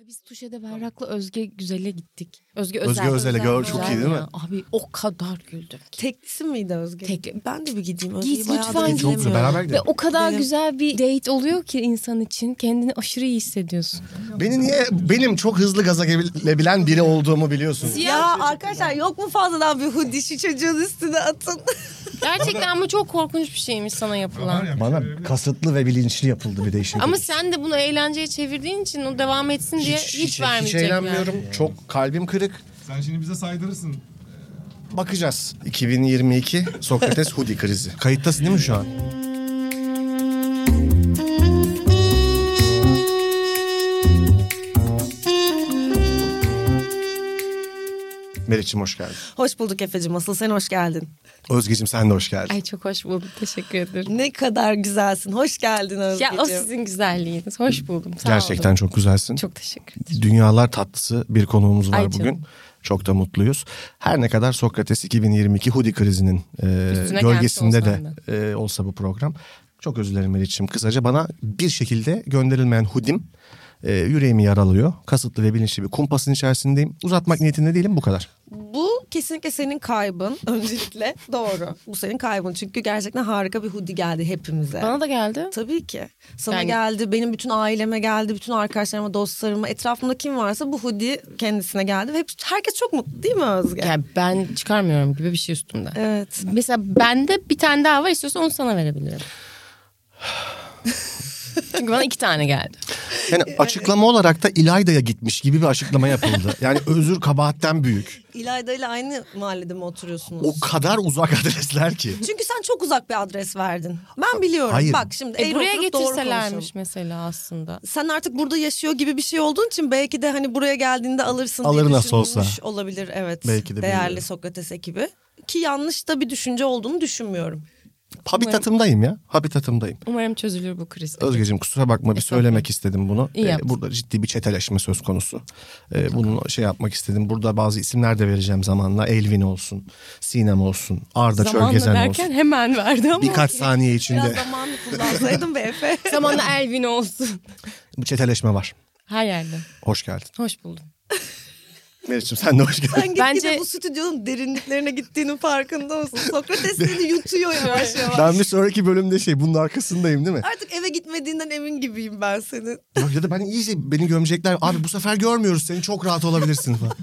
Biz Tuşe'de Berrak'la Özge Güzel'e gittik. Özge Özel'e gör, çok iyi değil mi? Abi o kadar güldüm ki. Teklisi miydi Özge? Tekli. Ben de bir gideyim. Git Bayağı da lütfen. Çok güzel, beraber gidelim. Ve o kadar Gidelim. güzel bir date oluyor ki insan için. Kendini aşırı iyi hissediyorsun. Benim çok hızlı gaza gelebilen biri olduğumu biliyorsun. Ya arkadaşlar yok mu fazladan bir hoodie şu çocuğun üstüne atın. Gerçekten ama çok korkunç bir şeymiş sana yapılan. Bana kasıtlı ve bilinçli yapıldı bir değişim. Ama sen de bunu eğlenceye çevirdiğin için o devam etsin diye hiç vermeyecek. Hiç eğlenmiyorum. Yani. Çok kalbim kırık. Sen şimdi bize saydırırsın. Bakacağız. 2022 Sokrates hoodie krizi. Kayıttasın değil mi şu an? Meriç'im hoş geldin. Hoş bulduk Efe'cim. Asıl sen hoş geldin. Özgeciğim sen de hoş geldin. Ay çok hoş buldum. Teşekkür ederim. Ne kadar güzelsin. Hoş geldin Ya Özgeciğim. o sizin güzelliğiniz. Hoş buldum. Sağ Gerçekten olun. çok güzelsin. Çok teşekkür ederim. Dünyalar tatlısı bir konuğumuz var Ay bugün. canım. Çok da mutluyuz. Her ne kadar Sokrates 2022 hoodie krizinin Üstüne gölgesinde gelmiş de olsa bu program. Çok özür dilerim Meriç'im. Kısaca bana bir şekilde gönderilmeyen hoodie'm yüreğimi yaralıyor. Kasıtlı ve bilinçli bir kumpasın içerisindeyim. Uzatmak niyetinde değilim, bu kadar. Bu kesinlikle senin kaybın. Öncelikle doğru. Bu senin kaybın. Çünkü gerçekten harika bir hoodie geldi hepimize. Bana da geldi. Tabii ki. Sana Yani- geldi, benim bütün aileme geldi, bütün arkadaşlarıma, dostlarıma, etrafımda kim varsa bu hoodie kendisine geldi. Ve herkes çok mutlu değil mi Özge? Yani ben çıkarmıyorum gibi bir şey üstümde. Evet. Mesela bende bir tane daha var, istiyorsan onu sana verebilirim. Çünkü bana 2 tane geldi. Yani açıklama olarak da İlayda'ya gitmiş gibi bir açıklama yapıldı. Yani özür kabahatten büyük. İlayda ile aynı mahallede mi oturuyorsunuz? O kadar uzak adresler ki. Çünkü sen çok uzak bir adres verdin. Ben biliyorum. Hayır. Bak şimdi eğri Buraya oturup doğru getirselermiş konuşalım. mesela aslında. Sen artık burada yaşıyor gibi bir şey olduğun için belki de hani buraya geldiğinde alırsın Alır diye nasıl olsa. düşünülmüş olabilir. Evet. Belki de değerli bilmiyorum. Sokrates ekibi. Ki yanlış da bir düşünce olduğunu düşünmüyorum. Habitatımdayım ya. Habitatımdayım. Umarım çözülür bu kriz. Özgeciğim kusura bakma, bir söylemek istedim bunu. İyi yaptın. Burada ciddi bir çeteleşme söz konusu. Bunu şey yapmak istedim. Burada bazı isimler de vereceğim zamanla. Elvin olsun, Sinem olsun, Arda Zamanla Çölgezen derken olsun. hemen verdi ama. Birkaç saniye Biraz içinde zamanlı kullansaydın be Efe. Zamanla Elvin olsun. bu çeteleşme var. Her yerde. Hoş geldin. Hoş buldum. Meriç'im sen de hoş geldin. Sen gitgide Bence- bu stüdyonun derinliklerine gittiğinin farkında mısın? Sokrates seni yutuyor yavaş yavaş. Ben bir sonraki bölümde bunun arkasındayım değil mi? Artık eve gitmediğinden emin gibiyim ben senin. Ya da ben iyice beni gömecekler. Abi bu sefer görmüyoruz seni, çok rahat olabilirsin falan.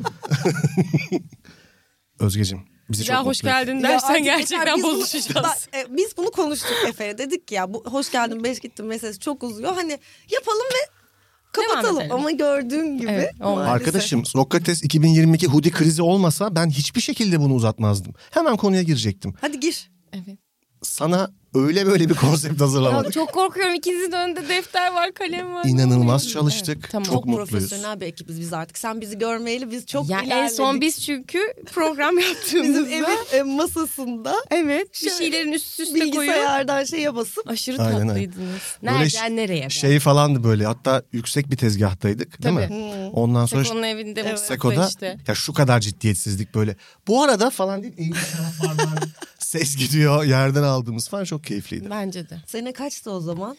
Özgeciğim bizi çok Ya hoş mutlu ettin. geldin Ya dersen artık gerçekten yeter, biz bunu- bozuşacağız. Bak, biz bunu konuştuk Efe'ye. Dedik ki ya bu hoş geldin beş gittin meselesi çok uzuyor. Hani yapalım ve kapatalım. edelim. Ama gördüğün gibi. Evet, olmaz. maalesef. Arkadaşım Sokrates 2022 hoodie krizi olmasa ben hiçbir şekilde bunu uzatmazdım. Hemen konuya girecektim. Hadi gir. Evet. Sana öyle böyle bir konsept Ya hazırlamadık. çok korkuyorum. İkinizin önünde defter var, kalem var. İnanılmaz çalıştık. Evet, tamam. Çok Çok mutluyuz. profesyonel bir ekibiz biz artık. Sen bizi görmeyeli biz çok Ya ilerledik. en son biz çünkü program bizim yaptığımızda evin masasında evet bir Şöyle şeylerin üst üste koyup bilgisayardan şeye basıp aşırı Aynen, aynen. tatlıydınız. Böyle Nereden nereye? Şey falandı böyle, hatta yüksek bir tezgahtaydık değil Tabii. mi? Ondan sonra Seko'nun evinde Evet. mutfakta Seko'da işte. ya şu kadar ciddiyetsizlik böyle. Bu arada falan değil, eğitim taraflardan ses gidiyor, yerden aldığımız falan çok keyifliydi. Bence de. sene kaçtı o zaman?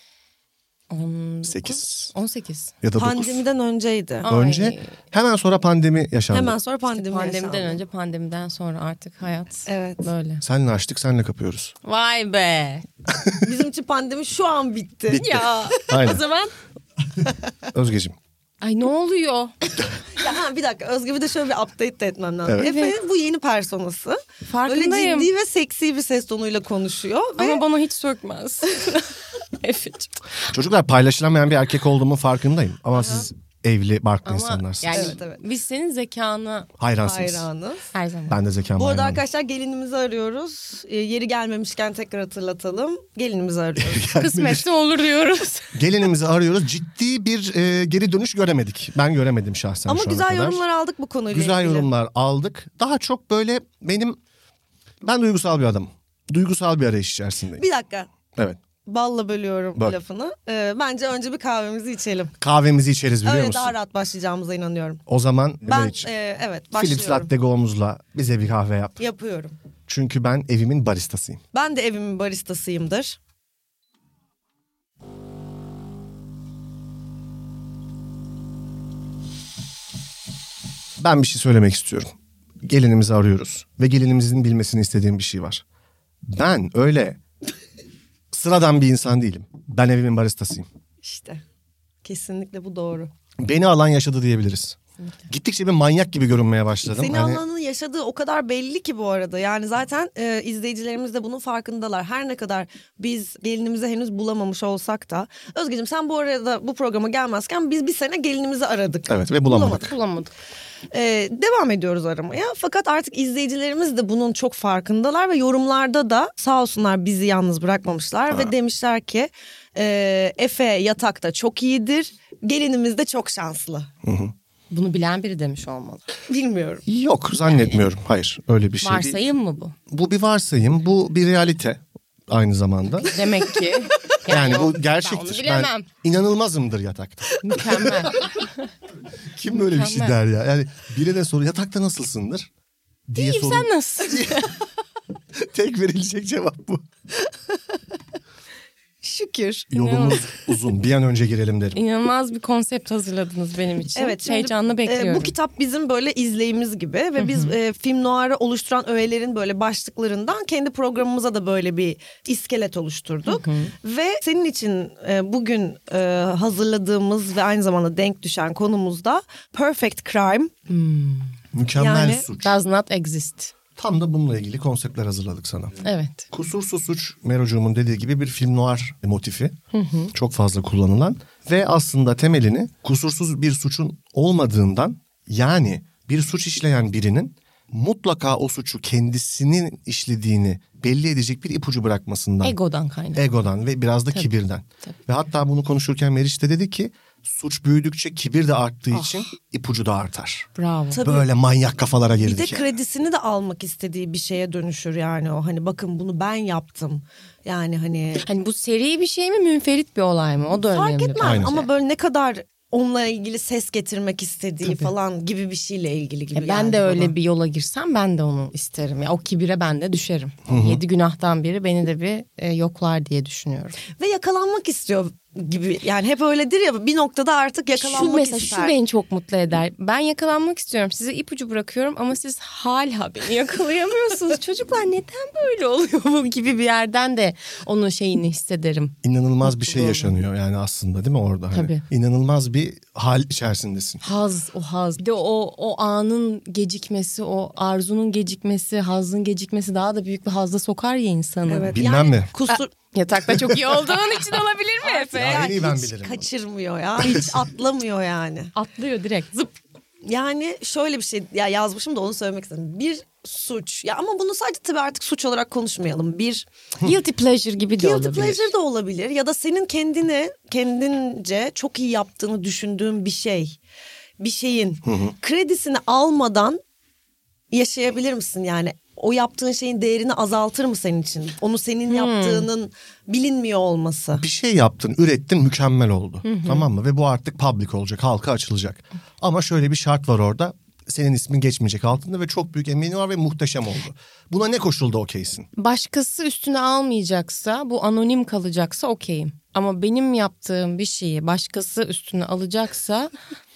8 18. ya da 9. Pandemiden önceydi. Ay. Önce hemen sonra pandemi yaşandı. Hemen sonra pandemi Pandemiden yaşandı. önce, pandemiden sonra artık hayat Evet. böyle. Senle açtık, senle kapıyoruz. Vay be. Bizim için pandemi şu an bitti. Bitti. Ya Aynen. o zaman Özgeciğim. ay ne oluyor? Ya bir dakika Özge bir de şöyle bir update de etmem lazım. Evet. Efe'nin bu yeni personası. Böyle Farkındayım. ciddi ve seksi bir ses tonuyla konuşuyor. Ve Ama bana hiç sökmez. Efe'cim. Çocuklar, paylaşılamayan bir erkek olduğumun farkındayım. Ama siz evli, barklı Ama insanlarsınız. yani Evet. biz senin zekana Hayransınız. hayranız. her zaman. Ben de zekam Bu arada hayranım. arkadaşlar gelinimizi arıyoruz. Yeri gelmemişken tekrar hatırlatalım. Gelinimizi arıyoruz. Kısmetse olur diyoruz. Gelinimizi arıyoruz. Ciddi bir geri dönüş göremedik. Ben göremedim şahsen Ama şu ana güzel kadar. yorumlar aldık bu konuyla Güzel ilgili. yorumlar aldık. Daha çok böyle ben duygusal bir adamım. Duygusal bir arayış içerisindeyim. Bir dakika. Evet. Balla bölüyorum Böl. lafını. Bence önce bir kahvemizi içelim. Kahvemizi içeriz biliyor Öyle musun? daha rahat başlayacağımıza inanıyorum. O zaman Ben Meriç, evet Philips başlıyorum. Latte Go'muzla bize bir kahve yap. Yapıyorum. Çünkü ben evimin baristasıyım. Ben de evimin baristasıyımdır. Ben bir şey söylemek istiyorum. Gelinimizi arıyoruz ve gelinimizin bilmesini istediğim bir şey var. Ben öyle sıradan bir insan değilim. Ben evimin baristasıyım. İşte kesinlikle bu doğru. Beni alan yaşadı diyebiliriz. Gittikçe bir manyak gibi görünmeye başladım. Senin alanın yaşadığı o kadar belli ki bu arada. Yani zaten izleyicilerimiz de bunun farkındalar. Her ne kadar biz gelinimizi henüz bulamamış olsak da. Özgeciğim sen bu arada bu programa gelmezken biz bir sene gelinimizi aradık. Evet ve bulamadık. Devam ediyoruz aramaya. Fakat artık izleyicilerimiz de bunun çok farkındalar ve yorumlarda da sağ olsunlar bizi yalnız bırakmamışlar. Ve demişler ki Efe yatakta çok iyidir. Gelinimiz de çok şanslı. Bunu bilen biri demiş olmalı. Bilmiyorum. Yok zannetmiyorum. Hayır öyle bir şey değil. Varsayım mı bu? Bu bir varsayım. Bu bir realite aynı zamanda. Demek ki. Yani bu Ben gerçektir. onu bilemem. Ben inanılmazımdır yatakta. Mükemmel. Kim böyle bir şey der ya? Yani birine soru yatakta nasılsındır diye İyiyim, sen nasılsın? Tek verilecek cevap bu. Şükür. Yolumuz uzun. Bir an önce girelim derim. İnanılmaz bir konsept hazırladınız benim için. Evet, şimdi, heyecanla bekliyorum. Bu kitap bizim böyle izleyimiz gibi ve biz film noir'ı oluşturan öğelerin böyle başlıklarından kendi programımıza da böyle bir iskelet oluşturduk. Ve senin için bugün hazırladığımız ve aynı zamanda denk düşen konumuzda Perfect Crime. Mükemmel Yani, suç. Does not exist. Tam da bununla ilgili konseptler hazırladık sana. Evet. Kusursuz suç Merocuğumun dediği gibi bir film noir motifi. Çok fazla kullanılan ve aslında temelini kusursuz bir suçun olmadığından, yani bir suç işleyen birinin mutlaka o suçu kendisinin işlediğini belli edecek bir ipucu bırakmasından. Egodan kaynaklı. Egodan ve biraz da kibirden. Tabii. Ve hatta bunu konuşurken Meriç de dedi ki suç büyüdükçe kibir de arttığı için ipucu da artar. Bravo. Tabii. Böyle manyak kafalara girdik. Bir de yani. kredisini de almak istediği bir şeye dönüşür yani o. Hani bakın bunu ben yaptım. Yani Hani bu seri bir şey mi, münferit bir olay mı? O da fark önemli. etmez Aynen. ama böyle ne kadar onunla ilgili ses getirmek istediği falan gibi bir şeyle ilgili gibi. Ben de geldi öyle bana. bir yola girsem ben de onu isterim. Ya, o kibire ben de düşerim. 7 günahtan biri beni de bir yoklar diye düşünüyorum. Ve yakalanmak istiyor gibi. Yani hep öyledir ya, bir noktada artık yakalanmak Şu ister. beni çok mutlu eder. Ben yakalanmak istiyorum. Size ipucu bırakıyorum ama siz hala beni yakalayamıyorsunuz. Çocuklar neden böyle oluyor bu gibi bir yerden de onun şeyini hissederim. İnanılmaz bir şey yaşanıyor yani aslında, değil mi orada? Hani Tabii. İnanılmaz bir hal içerisindesin. O haz. Bir de o anın gecikmesi, o arzunun gecikmesi, hazın gecikmesi daha da büyük bir hazda sokar ya insanı. Evet, Bilmem yani mi? Yatakta çok iyi olduğun için olabilir mi Efe? Ya en iyi ben hiç bilirim. kaçırmıyor ya. Hiç atlamıyor yani. Atlıyor direkt zıp. Yani şöyle bir şey ya yazmışım da onu söylemek istedim. Bir suç ya, ama bunu sadece tabii artık suç olarak konuşmayalım. Bir Guilty pleasure gibi de guilty olabilir. pleasure de olabilir ya da senin kendince çok iyi yaptığını düşündüğün bir şey. Bir şeyin kredisini almadan yaşayabilir misin yani? O yaptığın şeyin değerini azaltır mı senin için? Onu senin yaptığının bilinmiyor olması. Bir şey yaptın, ürettin, mükemmel oldu. Tamam mı? Ve bu artık public olacak, halka açılacak. Ama şöyle bir şart var orada. Senin ismin geçmeyecek altında ve çok büyük emeğin var ve muhteşem oldu. Buna ne koşulda okeysin? Başkası üstüne almayacaksa, bu anonim kalacaksa okeyim. Ama benim yaptığım bir şeyi başkası üstüne alacaksa...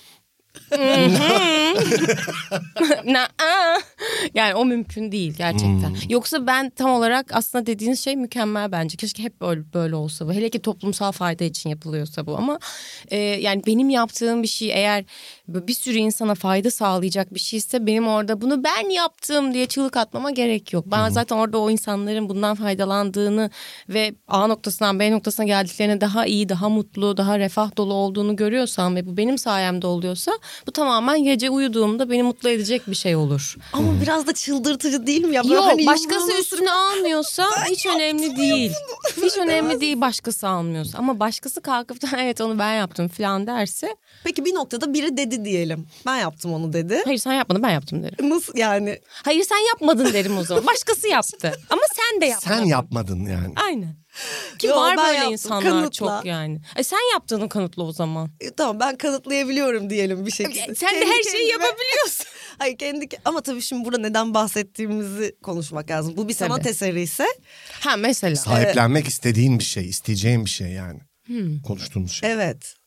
Yani o mümkün değil gerçekten. Yoksa ben tam olarak aslında dediğiniz şey mükemmel bence. Keşke hep böyle olsa bu. Hele ki toplumsal fayda için yapılıyorsa bu. Ama yani benim yaptığım bir şey eğer bir sürü insana fayda sağlayacak bir şeyse benim orada bunu ben yaptım diye çığlık atmama gerek yok. Ben zaten orada o insanların bundan faydalandığını ve A noktasından B noktasına geldiklerine daha iyi, daha mutlu, daha refah dolu olduğunu görüyorsam ve bu benim sayemde oluyorsa bu tamamen gece uyuduğumda beni mutlu edecek bir şey olur. Ama biraz da çıldırtıcı değil mi ya? Böyle Yok, hani başkası üstüne almıyorsa hiç önemli değil. Hiç önemli değil başkası almıyorsa. Ama başkası kalkıp da evet onu ben yaptım falan derse. Peki bir noktada biri dedi diyelim. Ben yaptım onu dedi. Hayır sen yapmadın, ben yaptım derim. Nasıl yani? Hayır sen yapmadın derim o zaman. Başkası yaptı. Ama sen de yapmadın. Sen yapmadın yani. Aynen. Ki Yo, var ben böyle yaptım, insanlar kanıtla. çok yani. Sen yaptığını kanıtla o zaman. Tamam, ben kanıtlayabiliyorum diyelim bir şekilde. Sen de her şeyi yapabiliyorsun. Hayır ama tabii şimdi burada neden bahsettiğimizi konuşmak lazım. Bu bir sanat Tabii. eseri ise. Ha mesela. Sahiplenmek istediğin bir şey, isteyeceğin bir şey yani. Konuştuğumuz şey. Evet.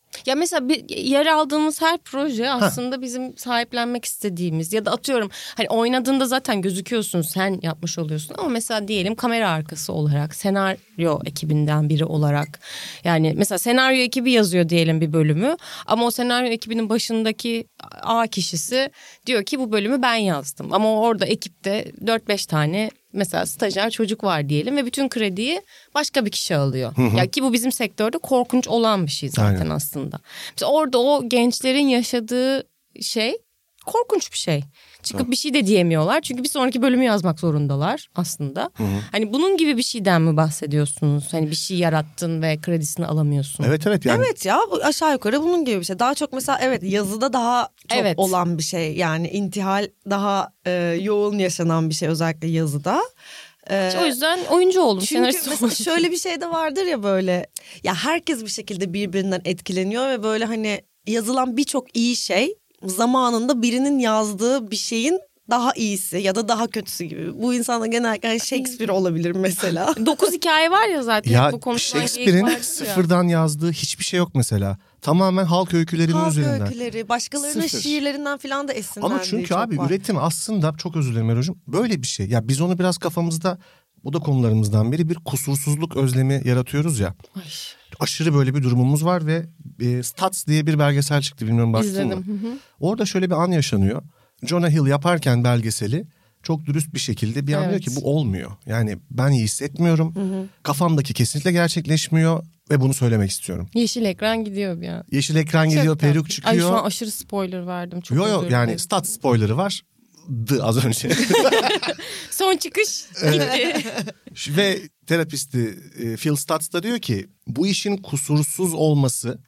Ya mesela yer aldığımız her proje aslında bizim sahiplenmek istediğimiz ya da atıyorum hani oynadığında zaten gözüküyorsun, sen yapmış oluyorsun ama mesela diyelim kamera arkası olarak, senaryo ekibinden biri olarak, yani mesela senaryo ekibi yazıyor diyelim bir bölümü ama o senaryo ekibinin başındaki A kişisi diyor ki bu bölümü ben yazdım ama orada ekipte 4-5 tane mesela stajyer çocuk var diyelim ve bütün krediyi başka bir kişi alıyor. Ya ki bu bizim sektörde korkunç olan bir şey zaten. Aynen. Aslında. Mesela orada o gençlerin yaşadığı şey korkunç bir şey. Çıkıp bir şey de diyemiyorlar. Çünkü bir sonraki bölümü yazmak zorundalar aslında. Hani bunun gibi bir şeyden mi bahsediyorsunuz? Hani bir şey yarattın ve kredisini alamıyorsun. Evet yani. Evet ya, aşağı yukarı bunun gibi bir şey. Daha çok mesela yazıda daha çok olan bir şey. Yani intihal daha yoğun yaşanan bir şey özellikle yazıda. O yüzden oyuncu oldum. Çünkü mesela şöyle bir şey de vardır ya, böyle ya herkes bir şekilde birbirinden etkileniyor ve böyle hani yazılan birçok iyi şey zamanında birinin yazdığı bir şeyin daha iyisi ya da daha kötüsü gibi. Bu insanda genellikle Shakespeare olabilir mesela. 9 hikaye var ya zaten. Ya bu Shakespeare'in sıfırdan yazdığı hiçbir şey yok mesela. Tamamen halk öykülerinin üzerinden. Halk öyküleri, başkalarının şiirlerinden falan da esinlendiği. Ama çünkü abi var. Üretim aslında, çok özür dilerim Mero'cum, böyle bir şey. Ya biz onu biraz kafamızda, bu da konularımızdan biri, bir kusursuzluk özlemi yaratıyoruz ya. Ay. Aşırı böyle bir durumumuz var ve Stats diye bir belgesel çıktı, bilmiyorum baktın mı? Orada şöyle bir an yaşanıyor. Jonah Hill yaparken belgeseli çok dürüst bir şekilde bir an diyor ki bu olmuyor. Yani ben iyi hissetmiyorum. Kafamdaki kesinlikle gerçekleşmiyor ve bunu söylemek istiyorum. Yeşil ekran gidiyor ya. Yeşil ekran gidiyor, peruk çıkıyor. Ay şu an aşırı spoiler verdim. Çok Yok yani Stats spoiler'ı var. Az önce. Son çıkış gitti. Ve terapisti Phil Stutz da diyor ki bu işin kusursuz olması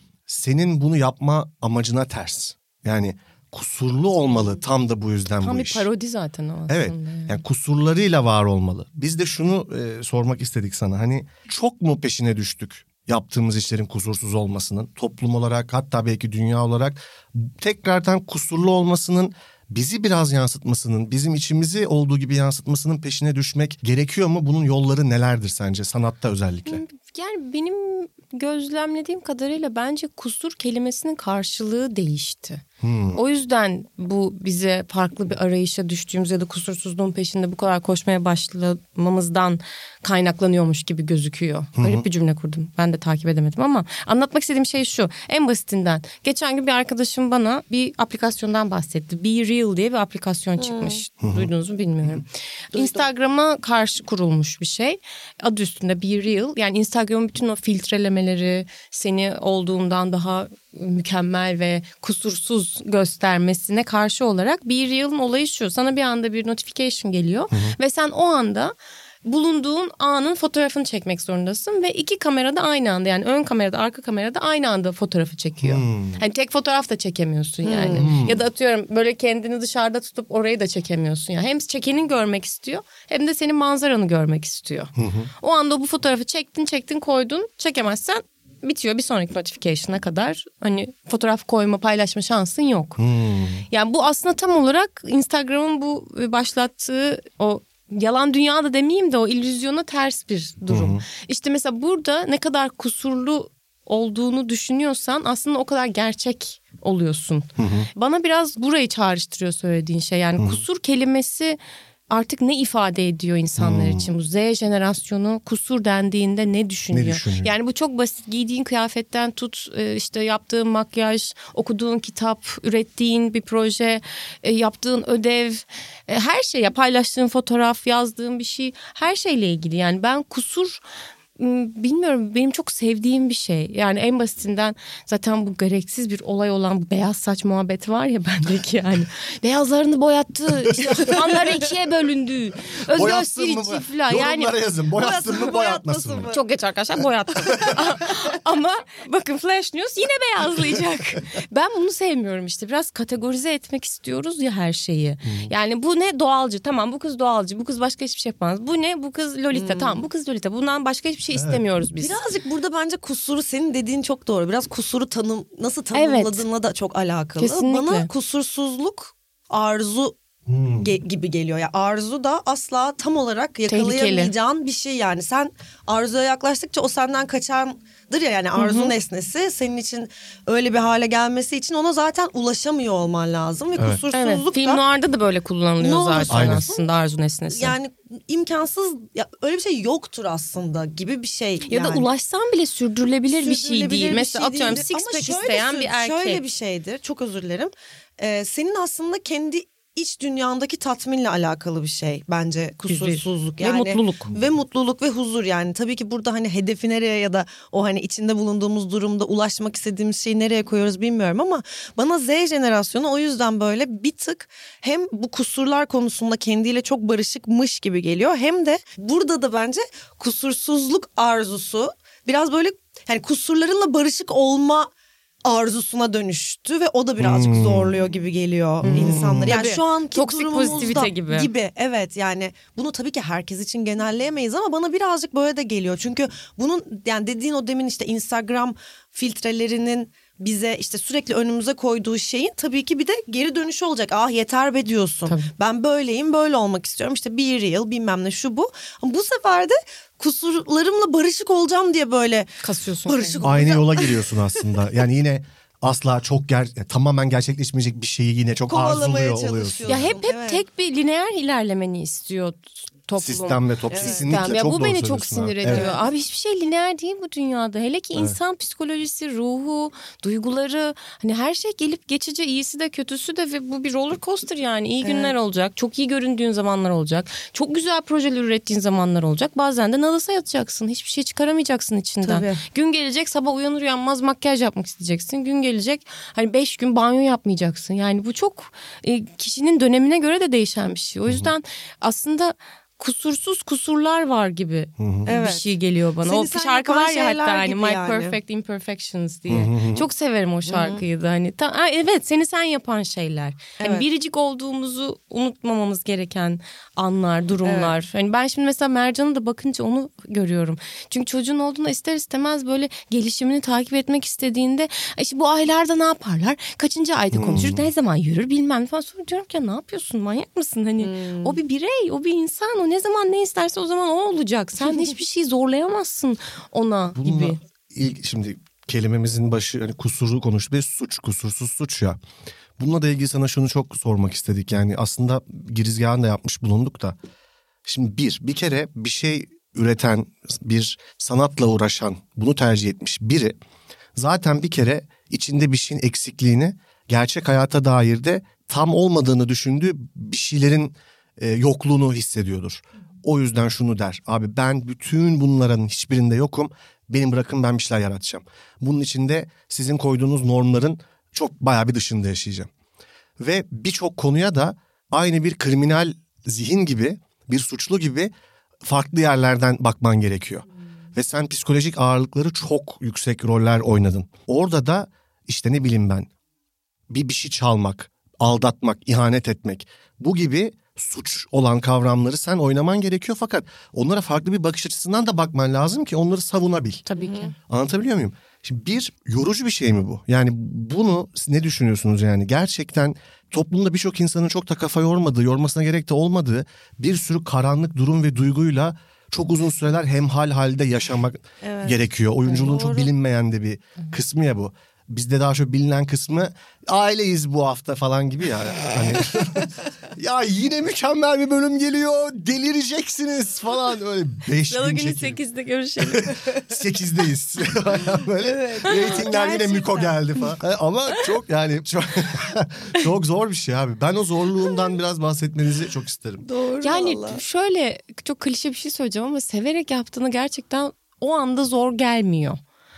senin bunu yapma amacına ters. Yani kusurlu olmalı tam da bu yüzden tam bu iş. Tam bir parodi zaten o aslında. Evet, yani kusurlarıyla var olmalı. Biz de şunu sormak istedik sana, hani çok mu peşine düştük yaptığımız işlerin kusursuz olmasının, toplum olarak hatta belki dünya olarak tekrardan kusurlu olmasının bizi biraz yansıtmasının, bizim içimizi olduğu gibi yansıtmasının peşine düşmek gerekiyor mu? Bunun yolları nelerdir sence, sanatta özellikle? Yani benim gözlemlediğim kadarıyla bence kusur kelimesinin karşılığı değişti. O yüzden bu bize farklı bir arayışa düştüğümüz ya da kusursuzluğun peşinde bu kadar koşmaya başlamamızdan kaynaklanıyormuş gibi gözüküyor. Garip bir cümle kurdum. Ben de takip edemedim ama anlatmak istediğim şey şu. En basitinden. Geçen gün bir arkadaşım bana bir aplikasyondan bahsetti. Be Real diye bir aplikasyon çıkmış. Duydunuz mu bilmiyorum. Instagram'a karşı kurulmuş bir şey. Adı üstünde Be Real. Yani Instagram'ın bütün o filtrelemeleri, seni olduğundan daha mükemmel ve kusursuz göstermesine karşı olarak Be Real'ın olayı şu: sana bir anda bir notification geliyor ve sen o anda bulunduğun anın fotoğrafını çekmek zorundasın ve iki kamerada aynı anda, yani ön kamerada arka kamerada aynı anda fotoğrafı çekiyor. Hani tek fotoğraf da çekemiyorsun yani. Ya da atıyorum böyle kendini dışarıda tutup orayı da çekemiyorsun yani. Hem çekenin görmek istiyor hem de senin manzaranı görmek istiyor. O anda bu fotoğrafı çektin koydun, çekemezsen bitiyor, bir sonraki notification'a kadar hani fotoğraf koyma, paylaşma şansın yok. Yani bu aslında tam olarak Instagram'ın bu başlattığı o yalan dünya da demeyeyim de o illüzyona ters bir durum. İşte mesela burada ne kadar kusurlu olduğunu düşünüyorsan aslında o kadar gerçek oluyorsun. Bana biraz burayı çağrıştırıyor söylediğin şey. Yani kusur kelimesi artık ne ifade ediyor insanlar için? Bu Z jenerasyonu kusur dendiğinde ne düşünüyor? Yani bu çok basit. Giydiğin kıyafetten tut, işte yaptığın makyaj, okuduğun kitap, ürettiğin bir proje, yaptığın ödev, her şey, paylaştığın fotoğraf, yazdığın bir şey, her şeyle ilgili. Yani ben kusur, bilmiyorum, benim çok sevdiğim bir şey. Yani en basitinden zaten bu gereksiz bir olay olan bu beyaz saç muhabbeti var ya bendeki yani. Beyazlarını boyattı, işte fanları ikiye bölündü. Özgür Sirici falan. Yorumlara yazın, boyatsın mı boyatmasın mı? Çok geç arkadaşlar, boyattım. Ama bakın Flash News yine beyazlayacak. Ben bunu sevmiyorum işte. Biraz kategorize etmek istiyoruz ya her şeyi. Yani bu ne, doğalcı, tamam bu kız doğalcı, bu kız başka hiçbir şey yapmaz. Bu ne, bu kız Lolita, tamam bu kız Lolita. Bundan başka hiçbir şey istemiyoruz biz. Birazcık burada bence kusuru, senin dediğin çok doğru. Biraz kusuru nasıl tanımladığınla da çok alakalı. Kesinlikle. Bana kusursuzluk arzu gibi geliyor. Ya arzu da asla tam olarak yakalayamayacağın bir şey yani. Sen arzuya yaklaştıkça o senden kaçandır ya, yani arzu nesnesi senin için öyle bir hale gelmesi için ona zaten ulaşamıyor olman lazım ve kusursuzluk da. Film noir'da da böyle kullanılıyor zaten Aynen. aslında arzu nesnesi. Yani imkansız, ya öyle bir şey yoktur aslında gibi bir şey. Ya da ulaşsan bile sürdürülebilir bir şey değil. bir Mesela şey atıyorum değildir. six Ama pack şöyle isteyen bir erkek. Şöyle bir şeydir, çok özür dilerim. Senin aslında kendi iç dünyandaki tatminle alakalı bir şey bence kusursuzluk yani. Ve mutluluk. Ve mutluluk ve huzur yani. Tabii ki burada hani hedefi nereye ya da o hani içinde bulunduğumuz durumda ulaşmak istediğimiz şeyi nereye koyuyoruz bilmiyorum ama bana Z jenerasyonu o yüzden böyle bir tık hem bu kusurlar konusunda kendiyle çok barışıkmış gibi geliyor, hem de burada da bence kusursuzluk arzusu biraz böyle yani kusurlarınla barışık olma arzusuna dönüştü ve o da birazcık zorluyor gibi geliyor insanları. Yani Tabii. şu anki Toksik durumumuzda pozitivite gibi. Evet, yani bunu tabii ki herkes için genelleyemeyiz ama bana birazcık böyle de geliyor. Çünkü bunun yani dediğin o demin işte Instagram filtrelerinin bize işte sürekli önümüze koyduğu şeyin tabii ki bir de geri dönüşü olacak. Ah yeter be diyorsun. Tabii. Ben böyleyim, böyle olmak istiyorum. İşte be real bilmem ne şu bu. Ama bu sefer de kusurlarımla barışık olacağım diye böyle Kasıyorsun. barışık Aynı olacağım. yola giriyorsun aslında. Yani yine asla çok tamamen gerçekleşmeyecek bir şeyi yine çok Kovalamaya arzuluyor oluyorsun. çalışıyorsun. Ya hep Evet. tek bir lineer ilerlemeni istiyor toplum. Sistem ve toplum. Kesinlikle Sistem. Ya çok bu doğru beni çok söylüyorsun sinir abi. ediyor. Evet. Abi hiçbir şey lineer değil bu dünyada. Hele ki insan psikolojisi, ruhu, duyguları, hani her şey gelip geçici, iyisi de kötüsü de ve bu bir roller coaster yani. İyi günler olacak, çok iyi göründüğün zamanlar olacak, çok güzel projeler ürettiğin zamanlar olacak. Bazen de nalasa yatacaksın, hiçbir şey çıkaramayacaksın içinden. Tabii. Gün gelecek sabah uyanır uyanmaz makyaj yapmak isteyeceksin. Gün gelecek hani 5 gün banyo yapmayacaksın. Yani bu çok kişinin dönemine göre de değişen bir şey. O yüzden aslında kusursuz kusurlar var gibi bir Evet. şey geliyor bana. Seni o sen şarkı yapan var ya hatta şeyler hani gibi My yani. Perfect Imperfections diye. Çok severim o şarkıyı da hani. Evet, seni sen yapan şeyler. Hani Evet. biricik olduğumuzu unutmamamız gereken anlar, durumlar. Hani ben şimdi mesela Mercan'a da bakınca onu görüyorum. Çünkü çocuğun olduğunda ister istemez böyle gelişimini takip etmek istediğinde işte bu aylarda ne yaparlar? Kaçıncı ayda konuşur? Ne zaman yürür bilmem ne falan. Sonra diyorum ki ne yapıyorsun? Manyak mısın? Hani o bir birey, o bir insan. O ne zaman ne isterse o zaman o olacak. Sen hiçbir şey zorlayamazsın ona Bununla gibi. şimdi kelimemizin başı hani kusurlu konuştu. Bir suç, kusursuz suç ya. Bununla da ilgili sana şunu çok sormak istedik. Yani aslında girizgahını da yapmış bulunduk da. Şimdi bir kere bir şey üreten, bir sanatla uğraşan, bunu tercih etmiş biri zaten bir kere içinde bir şeyin eksikliğini, gerçek hayata dair de tam olmadığını düşündüğü bir şeylerin yokluğunu hissediyordur. O yüzden şunu der: abi ben bütün bunların hiçbirinde yokum. Benim bırakın, ben bir şeyler yaratacağım. Bunun içinde sizin koyduğunuz normların çok bayağı bir dışında yaşayacağım. Ve birçok konuya da aynı bir kriminal zihin gibi, bir suçlu gibi farklı yerlerden bakman gerekiyor. Ve sen psikolojik ağırlıkları çok yüksek roller oynadın. Orada da işte ne bileyim ben, bir şey çalmak, aldatmak, ihanet etmek, bu gibi suç olan kavramları sen oynaman gerekiyor. Fakat onlara farklı bir bakış açısından da bakman lazım ki onları savunabil. Tabii ki. Anlatabiliyor muyum? Şimdi bir yorucu bir şey mi bu? Yani bunu siz ne düşünüyorsunuz yani? Gerçekten toplumda birçok insanın çok da kafa yormadığı, yormasına gerek de olmadığı bir sürü karanlık durum ve duyguyla çok uzun süreler hemhal halde yaşamak gerekiyor. Oyunculuğun çok bilinmeyen de bir kısmı ya bu. Bizde daha çok bilinen kısmı aileyiz bu hafta falan gibi ya. Hani ya yine mükemmel bir bölüm geliyor, delireceksiniz falan, öyle 5 Salı gün günü çekim. 8'de görüşelim. 8'deyiz. Böyle reytingler yine Miko geldi falan. Ama çok yani çok zor bir şey abi. Ben o zorluğundan biraz bahsetmenizi çok isterim. Doğru Yani vallahi. şöyle çok klişe bir şey söyleyeceğim ama severek yaptığını gerçekten o anda zor gelmiyor.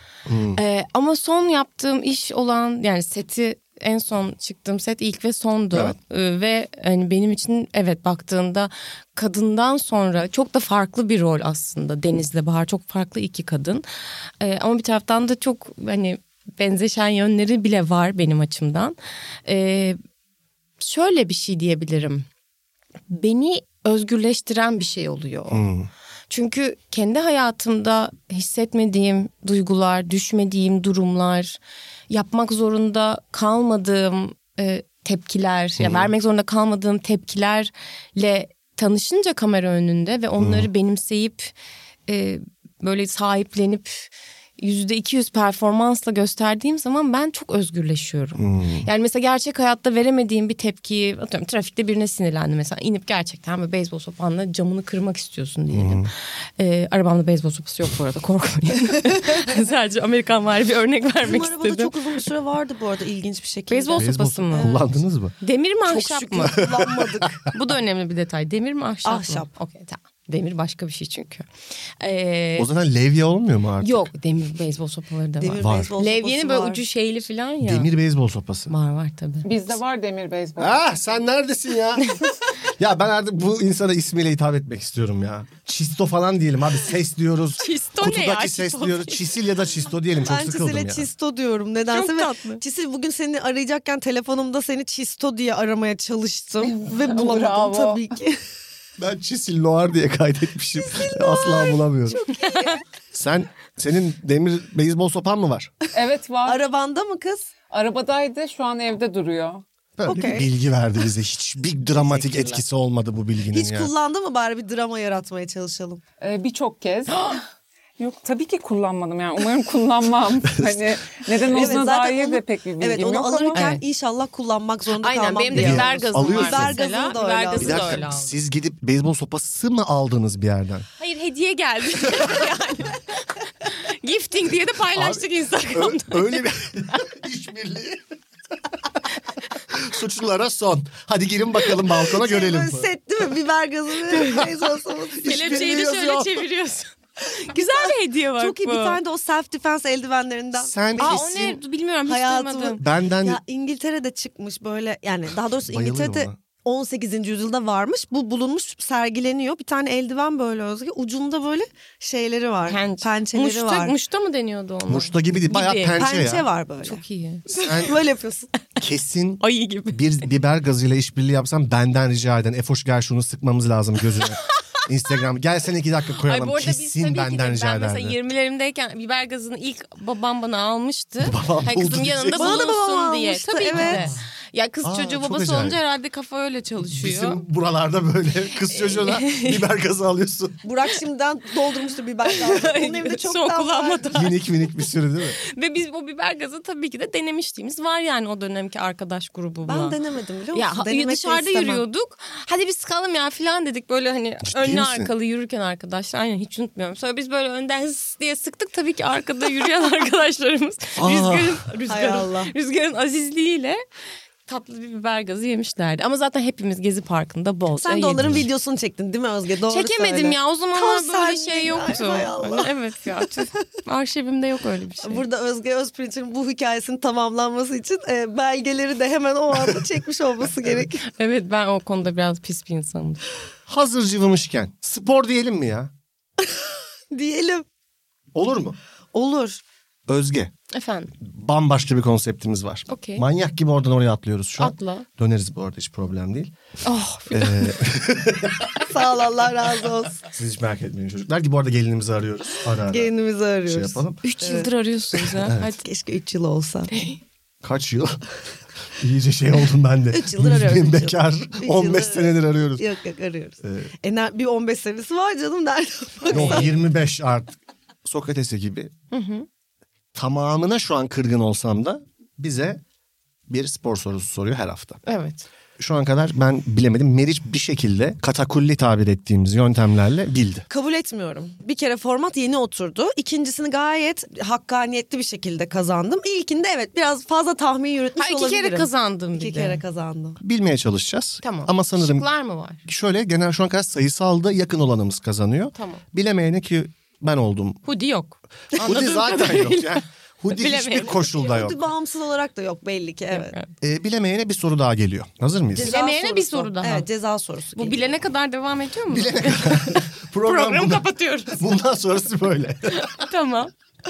Ama son yaptığım iş olan yani seti, en son çıktığım set ilk ve sondu. Evet. Ve hani benim için evet baktığında kadından sonra çok da farklı bir rol aslında. Deniz'le Bahar çok farklı iki kadın. Ama bir taraftan da çok hani benzeşen yönleri bile var benim açımdan. Şöyle bir şey diyebilirim. Beni özgürleştiren bir şey oluyor. Çünkü kendi hayatımda hissetmediğim duygular, düşmediğim durumlar, yapmak zorunda kalmadığım tepkiler, ya vermek zorunda kalmadığım tepkilerle tanışınca kamera önünde ve onları benimseyip böyle sahiplenip %200 performansla gösterdiğim zaman ben çok özgürleşiyorum. Yani mesela gerçek hayatta veremediğim bir tepkiyi, atıyorum trafikte birine sinirlendim mesela, inip gerçekten böyle beyzbol sopanla camını kırmak istiyorsun diyelim. Arabamda beyzbol sopası yok bu arada, korkmayın. Sadece Amerikan var bir örnek vermek Bizim arabada istedim. çok uzun bir süre vardı bu arada, ilginç bir şekilde. Beyzbol sopası mı? Kullandınız mı? Demir mi Çok ahşap şükür mı? kullanmadık. Bu da önemli bir detay. Demir mi ahşap mı? Ahşap. Okey, tamam. Demir başka bir şey çünkü. O zaman levye olmuyor mu artık? Yok, demir beyzbol sopaları da var. Demir Var. beyzbol Levyenin sopası böyle var. ucu şeyli falan ya. Demir beyzbol sopası. Var tabii. Bizde var demir beyzbol. Ah, sen neredesin ya? Ya ben artık bu insana ismiyle hitap etmek istiyorum ya. Çisto falan diyelim abi, ses diyoruz. Çisto ne Kutudaki ya? ses Çisto diyoruz. Çisil ya da çisto diyelim, çok Ben sıkıldım Çisil'e ya. Çisto diyorum nedense. Çok Ve tatlı. Çisil, bugün seni arayacakken telefonumda seni Çisto diye aramaya çalıştım. Ve bulamadım Bravo. tabii ki. Ben Çisil Noir diye kaydetmişim. Asla bulamıyorum. Senin demir beyzbol sopan mı var? Evet var. Arabanda mı kız? Arabadaydı, şu an evde duruyor. Böyle Okey. bir bilgi verdi bize. Hiçbir dramatik etkisi olmadı bu bilginin Hiç ya. kullandı mı, bari bir drama yaratmaya çalışalım. Birçok kez. Yok tabii ki kullanmadım yani. Umarım kullanmam. Hani neden olduğuna dair de pek bir bilgim evet, onu yok ama. alırken Evet. inşallah kullanmak zorunda Aynen, kalmam benim de diye. biber gazım Alıyorsun. var Biber mesela. gazını da Biber öyle gazı Bir da dakika, öyle aldım. siz gidip beyzbol sopası mı aldınız bir yerden? Hayır, hediye geldi. Yani. Gifting diye de paylaştık Abi, Instagram'da. Öyle bir işbirliği. Suçlulara son. Hadi girin bakalım balkona görelim. Böyle set değil mi? Biber gazı ve beyzbol sopası. Kelepçeyi de yazıyor. şöyle çeviriyorsun. Güzel bir hediye var Çok iyi, bu. bir tane de o self defense eldivenlerinden. Sen Aa, o kesin ne bilmiyorum, hiç Hayatımın- duymadım. benden Ya İngiltere'de çıkmış böyle, yani daha doğrusu Bayılıyorum İngiltere'de ona. 18. yüzyılda varmış. Bu bulunmuş, sergileniyor. Bir tane eldiven böyle Özge. Ucunda böyle şeyleri var. Pençeleri var. Muşta mı deniyordu ona? muşta gibi değil, bayağı Gibi. pençe, Pençe ya. var böyle. Çok iyi. Sen Böyle yapıyorsun. kesin Ayı gibi. bir biber gazıyla işbirliği yapsam benden rica eden. Efoş gel şunu sıkmamız lazım gözüne. Instagram gelsene 2 dakika Ay, koyalım. bu arada biz Kesin tabii ki benden de, rica ben ederdi. mesela 20'lerimdeyken biber gazını ilk babam bana almıştı. Babam Hay, buldu kızım yanında diyeceksin. Bana da babam bulunsun diye. almıştı, Tabii ki de. evet. Ya kız Aa, çocuğu çok babası acayip. olunca herhalde kafa öyle çalışıyor. Bizim buralarda böyle kız çocuğuna biber gazı alıyorsun. Burak şimdiden doldurmuştu biber gazı. Onun evinde Soğuk çoktan kullanmadı. vardı. Minik bir sürü değil mi? Ve biz bu biber gazı tabii ki de denemişliğimiz var yani o dönemki arkadaş grubumla. Ben denemedim biliyor Ya musun? Denemek de dışarıda istemem. yürüyorduk. Hadi biz sıkalım ya falan dedik böyle hani Ciddi önlü misin? arkalı yürürken arkadaşlar. Aynen, hiç unutmuyorum. Sonra biz böyle önden hıs diye sıktık. Tabii ki arkada yürüyen arkadaşlarımız Aa. Hay Allah. rüzgarın azizliğiyle tatlı bir biber gazı yemişlerdi. Ama zaten hepimiz Gezi Parkı'nda bolca Sen de onların yedik. videosunu çektin değil mi Özge? Doğru Çekemedim söyle. ya, o zamanlar Tam böyle sen şey değil. yoktu. Ay, hay Allah. Evet ya, tüh. Arşivimde yok öyle bir şey. Burada Özge Özpirinç'in bu hikayesinin tamamlanması için belgeleri de hemen o anda çekmiş olması gerek. Evet, ben o konuda biraz pis bir insanım. Hazır cıvımışken spor diyelim mi ya? Diyelim. Olur mu? Olur. Özge, Efendim, bambaşka bir konseptimiz var. Okey. Manyak gibi oradan oraya atlıyoruz şu an. atla. Döneriz bu arada, hiç problem değil. Oh, Sağ ol, Allah razı olsun. Siz hiç merak etmeyin çocuklar. Ki bu arada gelinimizi arıyoruz. Ara ara Gelinimizi arıyoruz. şey yapalım. 3 yıldır arıyorsunuz ha. Hadi. Keşke 3 yıl olsa. Kaç yıl? İyice şey oldum ben de. 3 yıldır arıyoruz. Müzmin üç yıl. bekar. Üç 15 yıldır senedir arıyoruz. Yok arıyoruz. Bir 15 senesi var canım, nerede? Yok 25 artık. Sokrates'e gibi. Tamamına şu an kırgın olsam da bize bir spor sorusu soruyor her hafta. Evet. Şu an kadar ben bilemedim. Meriç bir şekilde katakulli tabir ettiğimiz yöntemlerle bildi. Kabul etmiyorum. Bir kere format yeni oturdu. İkincisini gayet hakkaniyetli bir şekilde kazandım. İlkinde evet biraz fazla tahmin yürütmüş Ha, iki olabilirim. kere kazandım bir İki de. kere kazandım. Bilmeye çalışacağız. Tamam. Ama sanırım Şıklar mı var? şöyle genel şu an kadar sayısalda yakın olanımız kazanıyor. Tamam. Bilemeyene ki ben oldum. Hoodie yok. Hoodie Anladığım zaten kadarıyla. yok ya. Hoodie hiçbir Bilemeyene. koşulda yok. Bir bağımsız olarak da yok belli ki, evet. Bilemeyene bir soru daha geliyor. Hazır mıyız? Ceza Bilemeyene bir sorusu. soru daha. Evet, ceza sorusu. Bu geliyor. bilene kadar devam ediyor mu? Program bundan, kapatıyoruz. bundan sonrası böyle. Tamam.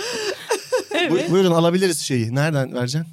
Buyurun alabiliriz şeyi. Nereden vereceksin?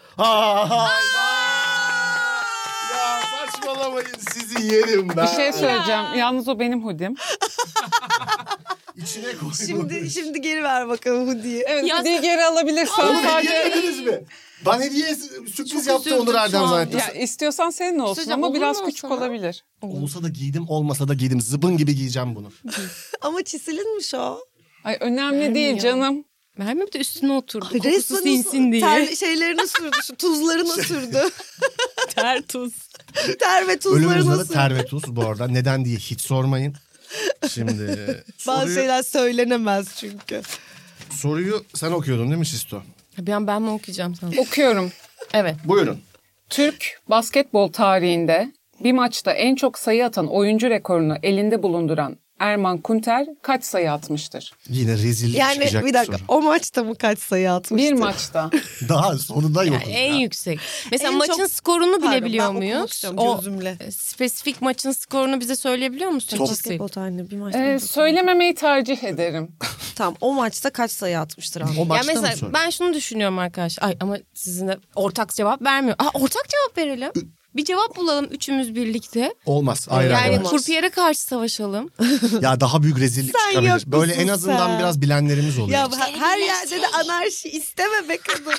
Ya saçmalamayın, sizi yerim ben. Bir şey söyleyeceğim. Yalnız o benim hoodie'm. İçine koymuş. Şimdi geri ver bakalım Hoodie'yi. Evet, Ya- hediye geri alabilirsen Oğlum sadece... yediniz mi? Ben hediye sürpriz Çok yaptı üzüldüm Onur Erdem şu an. zannettim. Ya istiyorsan senin olsun Söyleyeceğim, ama olur biraz mu küçük sana? olabilir. Olsa da giydim, olmasa da giydim. Zıbın gibi giyeceğim bunu. Ama Çisil'inmiş o. Ay önemli değil canım. Vermiyor bir de üstüne oturdu. Ay, Kokusu resmen sinsin diye. şeylerini sürdü, şu tuzlarına sürdü. Ter tuz. Ter ve Ölüm tuzlarına üzerine sürdü. ter ve tuz bu arada. Neden diye hiç sormayın. Şimdi Bazı şeyler söylenemez çünkü. soruyu sen okuyordun değil mi Sisto? Ben mi okuyacağım sana? Okuyorum. Evet. Buyurun. Türk basketbol tarihinde bir maçta en çok sayı atan oyuncu rekorunu elinde bulunduran Erman Kunter kaç sayı atmıştır? Yine rezillik Yani çıkacak bir dakika soru. o maçta mı kaç sayı atmıştı? Bir maçta. Daha sonunda yok. Yani en yüksek. Mesela En maçın çok- skorunu Pardon, bilebiliyor ben okumak muyuz? istiyorum O gözümle. spesifik maçın skorunu bize söyleyebiliyor musun? Cisil? Basketbol tarihinde bir maçta. Söylememeyi tercih ederim. Tamam o maçta kaç sayı atmıştır abi? O Ya maçta mı mesela soru? ben şunu düşünüyorum arkadaşlar. Ay ama sizin de ortak cevap vermiyor. Ortak cevap verelim. Bir cevap bulalım üçümüz birlikte. Olmaz. Ayrı Yani ayrı. kurpiyere karşı savaşalım. Ya daha büyük rezillik Sen çıkabilir. yok Böyle musun en azından sen? biraz bilenlerimiz oluyor. Ya her yerde de anarşi isteme be kadın.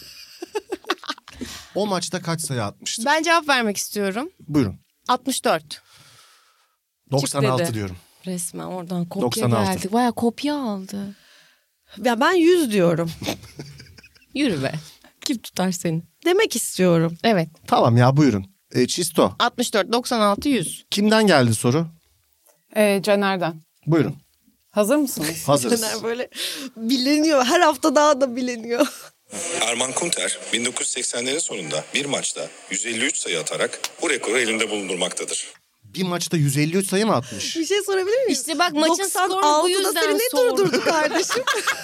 O maçta kaç sayı atmıştı? Ben cevap vermek istiyorum. Buyurun. 64. 96 dedi. diyorum. Resmen oradan kopya 96. geldi. Baya kopya aldı. Ya ben 100 diyorum. Yürü be. Kim tutar seni? Demek istiyorum. Evet. Tamam ya buyurun. Çisto. 64, 96, 100. Kimden geldi soru? Caner'den. Buyurun. Hazır mısınız? Hazırız. Caner böyle biliniyor. Her hafta daha da biliniyor. Erman Kunter 1980'lerin sonunda bir maçta 153 sayı atarak bu rekoru elinde bulundurmaktadır. Bir maçta 153 sayı mı atmış? Bir şey sorabilir miyim? İşte bak maçın skorunu bu 96'da yüzden seni ne sordum. durdurdu kardeşim?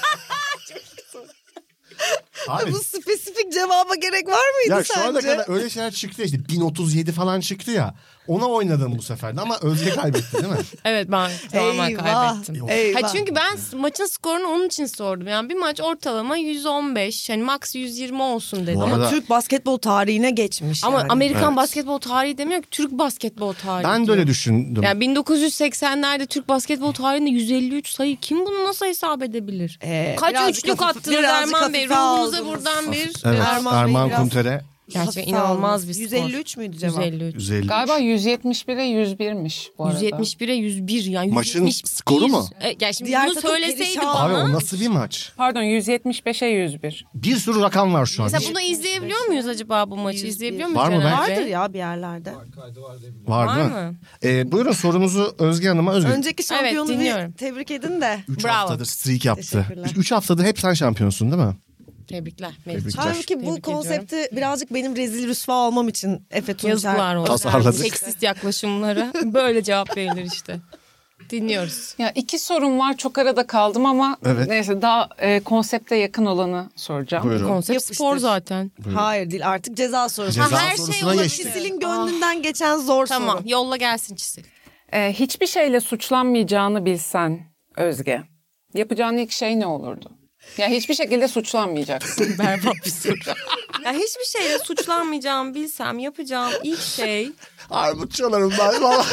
Abi Bu spesifik cevaba gerek var mıydı ya şu ana sence? kadar öyle şeyler çıktı ya, işte 1037 falan çıktı ya. Ona oynadım bu sefer de ama Özge kaybetti değil mi? Evet ben tamamen Eyvah, kaybettim. eyvah. Ha, çünkü ben maçın skorunu onun için sordum. Yani bir maç ortalama 115, hani max 120 olsun dedim. Bu Ama arada- Türk basketbol tarihine geçmiş Ama yani. Amerikan Evet. basketbol tarihi demiyor ki, Türk basketbol tarihi Ben de diyor. öyle düşündüm. Yani 1980'lerde Türk basketbol tarihinde 153 sayı kim bunu nasıl hesap edebilir? Kaç birazcık üçlük hafif- attınız birazcık Erman Bey? hafife Ruhunuza aldınız. buradan bir... Evet, Erman Erman, Bey biraz- Kunter'e Gerçekten Hafife inanılmaz aldınız. bir skor. 153 müydü cevap? 153. 153. Galiba 171'e 101'miş bu arada. 171'e 101 yani. Maçın 171. skoru mu? Yani şimdi Diğer bunu takım söyleseydi perişan. Abi bana. o nasıl bir maç? Pardon 175'e 101. Bir sürü rakam var şu an. Mesela bunu izleyebiliyor muyuz acaba bu maçı? 101. İzleyebiliyor muyuz? Var mı? Caner Ben- Bey? Vardır ya bir yerlerde. Var Var değil mi? mı? Buyurun sorumuzu Özge Hanım'a. Özge. Önceki şampiyonu dinliyorum. bir tebrik edin de. 3 Bravo. haftadır streak yaptı. Teşekkürler. 3 haftadır hep sen şampiyonsun değil mi? Tebrikler. Tebrikler. Halbuki bu Tebrik konsepti birazcık benim rezil rüsva olmam için Efe Tunçer. Yazıklar olsun. Tasarladık. Seksist yaklaşımlara böyle cevap verilir işte. Dinliyoruz. Ya 2 sorum var, çok arada kaldım ama Evet. neyse daha konsepte yakın olanı soracağım. Buyurun. Konsept Yapıştır. spor zaten. Hayır değil artık ceza sorusu. Ceza her şey sorusuna olabilir. geçtik. Çisil'in gönlünden geçen zor Tamam, soru. yolla gelsin Çisil. Hiçbir şeyle suçlanmayacağını bilsen Özge, yapacağın ilk şey ne olurdu? Ya hiçbir şekilde suçlanmayacaksın. Berbat bir soru. Ya hiçbir şeyle suçlanmayacağımı bilsem yapacağım ilk şey Armut çalarım ben valla.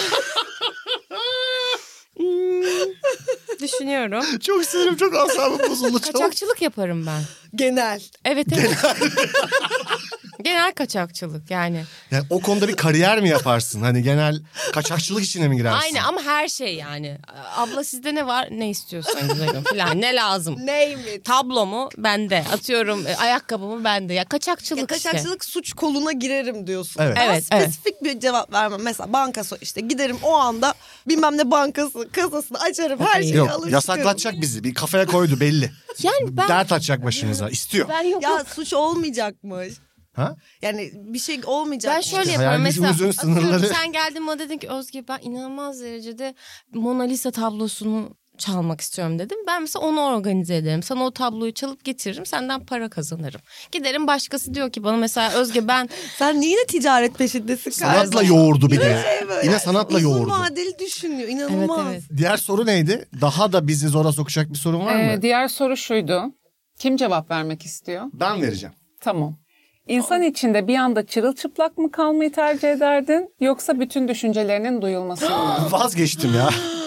düşünüyorum. Çok sinirim, çok asabım bozuldu. Çok. Kaçakçılık yaparım ben. Genel. Evet. Genel kaçakçılık yani. Yani o konuda bir kariyer mi yaparsın? Hani genel kaçakçılık içine mi girersin? Aynı ama her şey yani. Abla sizde ne var? Ne istiyorsan güzelim falan. Ne lazım? Name it. Tablo mu? Bende. Atıyorum ayakkabı mı? Bende. Ya kaçakçılık, Ya kaçakçılık suç koluna girerim diyorsun. Evet. Ama Evet, evet. spesifik bir cevap vermem. Mesela banka işte giderim o anda bilmem ne bankası kasasını açarım her şeyi Yok, alır yasaklatacak bizi. Bir kafaya koydu belli. Yani ben... Dert açacak başımıza. İstiyor. Ben yok. Ya suç olmayacakmış. Ha? Yani bir şey olmayacak. Ben şöyle İşte yapıyorum hayal mesela gücümüzün atıyorum, sınırları- sen geldin bana dedin ki Özge ben inanılmaz derecede Mona Lisa tablosunu çalmak istiyorum dedim. Ben mesela onu organize ederim. Sana o tabloyu çalıp getiririm. Senden para kazanırım. Giderim başkası diyor ki bana mesela Özge ben Sen yine ticaret peşindesin Sanatla kardeşim. yoğurdu bir de. Şey böyle, Yine sanatla uzun yoğurdu. vadeli düşünüyor. İnanılmaz. evet. Diğer soru neydi? Daha da bizi zora sokacak bir sorun var mı? Diğer soru şuydu. Kim cevap vermek istiyor? Ben vereceğim. Tamam. İnsan içinde bir anda çırılçıplak mı kalmayı tercih ederdin yoksa bütün düşüncelerinin duyulmasını mı? Vazgeçtim ya.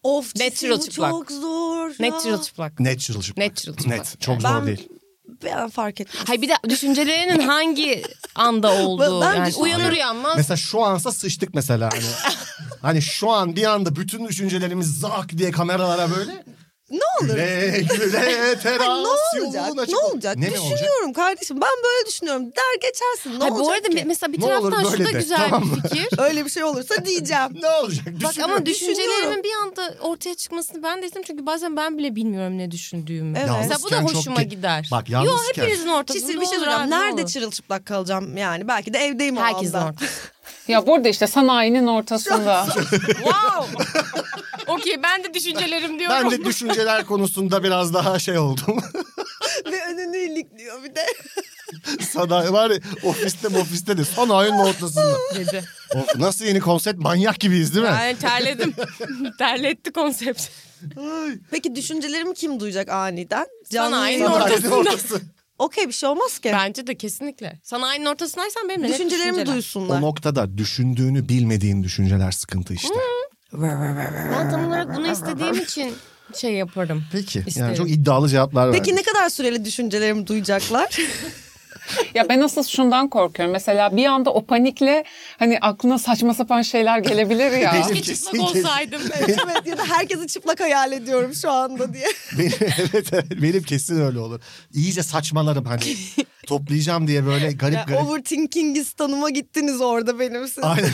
Of Natural bu çıplak. çok zor. Natural çıplak. Natural çıplak. Natural çıplak. Net. Çok zor değil. Ben fark ettim. Hayır bir de düşüncelerinin hangi anda olduğu. Ben Yani düşünüyorum. uyanır uyanmaz. Mesela şu ansa sıçtık mesela. Hani şu an bir anda bütün düşüncelerimiz zak diye kameralara böyle. Ne olur? Güle güle teras Ne yolun olacak? açık Ne ol- olacak? Ne mi olacak? Düşünüyorum karşım. Ben böyle düşünüyorum. Der geçersin. Ne Hayır, bu olacak arada ki? mesela bir Ne olur taraftan şu böyle da de, güzel tamam mı? bir fikir. Öyle bir şey olursa diyeceğim. Ne olacak? Bak ama Düşünüyorum. düşüncelerimin bir anda ortaya çıkmasını ben de istedim. Çünkü bazen ben bile bilmiyorum ne düşündüğümü. Evet. Mesela bu da Yalnızken hoşuma çok gider. Bak Yok yalnızken. hepinizin ortasında Çisil bir şey olur soracağım. abi, ne Nerede olur. çırılçıplak kalacağım yani? Belki de evdeyim o Herkesin anda. ortasında. Ya burada işte sanayinin ortasında. Wow. Okey ben de düşüncelerim diyorum. Ben de düşünceler konusunda biraz daha şey oldum. Ve önünü ilikliyor bir de. Sanayi var ya ofiste de sanayinin ortasında. dedi. Of, nasıl yeni konsept, manyak gibiyiz değil mi? Yani terledim. Terletti konsept. Peki düşüncelerimi kim duyacak aniden? Sanayinin yayında- ortasında. ortası. Okey bir şey olmaz ki. Bence de kesinlikle. Sanayinin ortasındaysan benim de net Düşüncelerimi düşünceler. duysunlar. O noktada düşündüğünü bilmediğin düşünceler sıkıntı işte. Ben tam olarak bunu istediğim için şey yaparım. Peki İsterim. yani çok iddialı cevaplar verdim. Peki ne kadar süreli düşüncelerimi duyacaklar? Ya ben asıl şundan korkuyorum. Mesela bir anda o panikle hani aklına saçma sapan şeyler gelebilir ya. Benim Keşke kesin- çıplak olsaydım. Evet ya da herkesi çıplak hayal ediyorum şu anda diye. Evet benim kesin öyle olur. İyice saçmalarım hani toplayacağım diye böyle garip Ya, garip. overthinkingistanıma gittiniz orada benim siz. Aynen.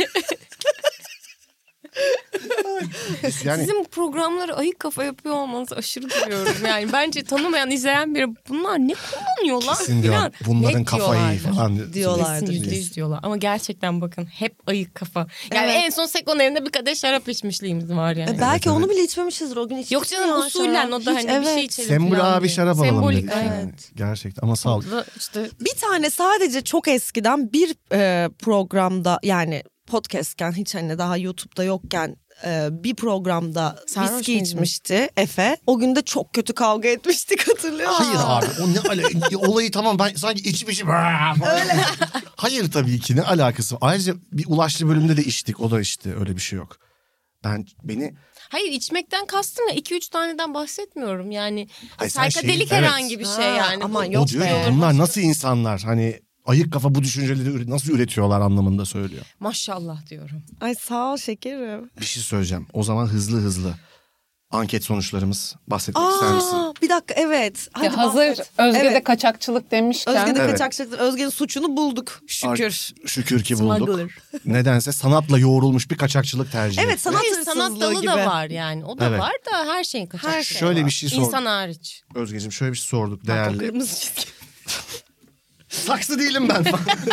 Yani Sizin programları ayık kafa yapıyor olmanızı aşırı duyuyorum. Yani bence tanımayan izleyen biri bunlar ne kullanıyorlar? kesin diyor falan. bunların Net kafayı iyi diyorlardır. falan. Diyorlardır. Kesin %100 diyorlar. Ama gerçekten bakın hep ayık kafa. Yani Evet. en son Seko'nun evinde bir kadeh şarap içmişliğimiz var yani. Belki Evet, onu evet. bile içmemişizdir o gün içtik. Yok canım ya usulen şarap. o da Hiç, hani bir şey evet. içelim Sembol falan abi diye. şarap alalım Sembolik, dedik evet. yani. Gerçekten ama sağ ol. Bu da işte Bir tane sadece çok eskiden bir programda yani podcastken hiç hani daha YouTube'da yokken bir programda Sarhoş viski muydun? içmişti Efe. O gün de çok kötü kavga etmiştik hatırlıyor musun? Hayır abi o ne olayı tamam ben sanki içmişim. Hayır tabii ki ne alakası var. Ayrıca bir Ulaşlı bölümde de içtik o da içti öyle bir şey yok. Beni hayır içmekten kastım ya 2-3 taneden bahsetmiyorum yani. Hayır, sen Saykadelik şeyi- evet. herhangi bir şey Ha, yani. aman Bu- yok o diyor be. ya bunlar nasıl insanlar hani ayık kafa bu düşünceleri nasıl üretiyorlar anlamında söylüyor. Maşallah diyorum. Ay sağ ol şekerim. Bir şey söyleyeceğim o zaman hızlı anket sonuçlarımız bahsetmek ister misin? Bir dakika evet. Hadi Ya hazır bahset. Özge'de Evet. kaçakçılık demişken. Özge'de Evet. kaçakçılık. Özge'nin suçunu bulduk şükür. Şükür ki bulduk. Smuggler. Nedense sanatla yoğrulmuş bir kaçakçılık tercih Evet etti. sanat Hayır hırsızlığı sanat dalı gibi. da var yani. O da Evet. var da her şeyin kaçak. Her şey Şöyle var. bir şey sordum. İnsan hariç. Özgeciğim şöyle bir şey sorduk Bak, o değerli. kırmızı çizgi. Saksı değilim ben.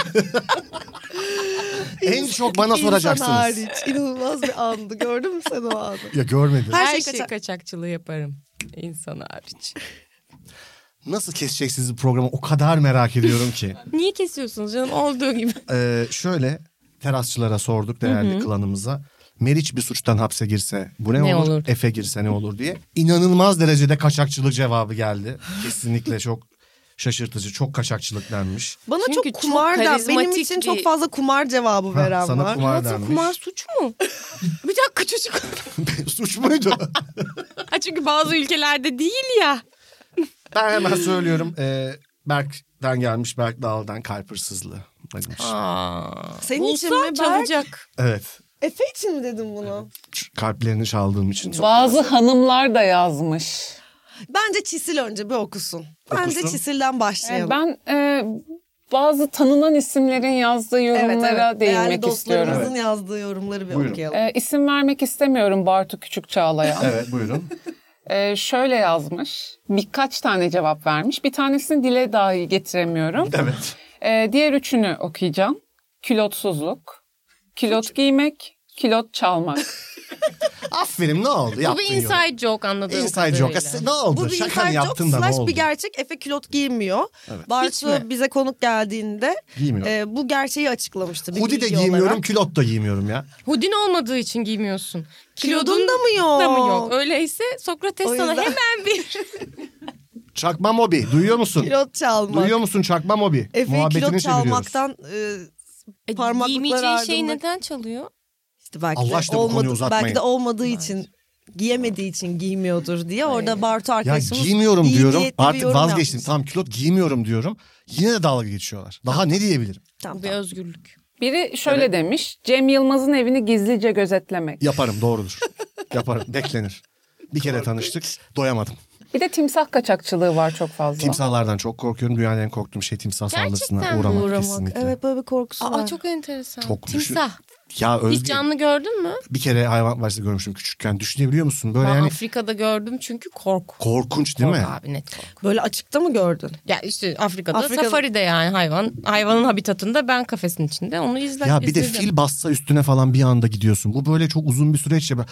En çok bana İnsan soracaksınız. hariç. İnanılmaz bir andı. Gördün mü sen o anı? Ya görmedim. Her Her şey şey kaçak. kaçakçılığı yaparım. İnsan hariç. Nasıl keseceksiniz bu programı o kadar merak ediyorum ki. Niye kesiyorsunuz canım olduğu gibi? Şöyle terasçılara sorduk değerli klanımıza. Meriç bir suçtan hapse girse bu ne, Ne olur? olur? Efe girse ne olur diye. İnanılmaz derecede kaçakçılık cevabı geldi. Kesinlikle çok şaşırtıcı. Çok kaçakçılık denmiş. Bana Çünkü çok çok kumar da benim karizmatik için bir- çok fazla kumar cevabı veren sana var. kumar Nasıl denmiş. kumar suç mu? Bir dakika çocuk. Suç muydu? Ha, çünkü bazı ülkelerde değil ya. Ben hemen söylüyorum. Berk'ten gelmiş. Berk Dağlı'dan kalp hırsızlığı demiş. Senin için Bulsa mi Berk? çalacak. Evet. Efe için mi dedin bunu? Kalplerini çaldığım için. Çok... Bazı hanımlar da yazmış. Bence Çisil önce bir okusun. Bence Okusun. Çisil'den başlayalım. Ben bazı tanınan isimlerin yazdığı yorumlara değinmek Değerli istiyorum. dostlarımızın yazdığı yorumları bir Buyurun. okuyalım. İsim vermek istemiyorum Bartu Küçük Çağlayan. Evet buyurun. Şöyle yazmış. Birkaç tane cevap vermiş. Bir tanesini dile dahi getiremiyorum. Evet. Diğer üçünü okuyacağım. Külotsuzluk, külot giymek, külot çalmak. Aferin ne oldu? Bu Yaptın bir inside joke anladığım Inside kadarıyla. joke. Ne oldu? Bu bir Şaka mı inside yaptın joke da ne slash oldu? bir gerçek. Efe külot giymiyor. Hiç Bartu mi? bize konuk geldiğinde Giymiyor. bu gerçeği açıklamıştı. Bir Hoodie de bilgi giymiyorum, olarak. külot da giymiyorum ya. Hoodin olmadığı için giymiyorsun. Kilodun da mı yok? Da mı yok? Öyleyse Sokrates O sana yüzden- hemen bir... Çakma mobi. Duyuyor musun? Külot çalmak. Duyuyor musun çakma mobi? Efe'yi Muhabbetini külot çeviriyoruz. çalmaktan parmaklıklar Giymeyeceği şey ardında. neden çalıyor? İşte belki Allah de aşkına bu konuyu uzatmayın. belki de olmadığı için Giyemediği için giymiyordur diye. Orada Bartu Ya arkadaşımız giymiyorum iyi diyorum. niyetli bir Artık yorum vazgeçtim. yapmış. Tamam külot giymiyorum diyorum. Yine de dalga geçiyorlar. Daha ne diyebilirim? Tamam, Bir tamam. özgürlük. Biri şöyle demiş. Cem Yılmaz'ın evini gizlice gözetlemek. Yaparım, doğrudur. Yaparım, beklenir. Bir kere tanıştık, doyamadım. Bir de timsah kaçakçılığı var çok fazla. Timsahlardan çok korkuyorum. Dünyanın en korktuğum şey timsah saldırısına Gerçekten mi? uğramak, Uğramak. kesinlikle. Evet, böyle bir korkusu Aa var. çok enteresan. Çok düşün- Timsah. Ya Özge, Hiç canlı gördün mü? bir kere hayvan bahçesi görmüştüm küçükken. Düşünebiliyor musun? Böyle Ben yani Afrika'da gördüm çünkü korkunç değil Kork mi? abi, net kork. Böyle açıkta mı gördün? Ya işte Afrika'da Afrika'da- safaride yani hayvanın habitatında, ben kafesin içinde onu Ya bir de izledim. fil bassa üstüne falan bir anda gidiyorsun. Bu böyle çok uzun bir süreç ya.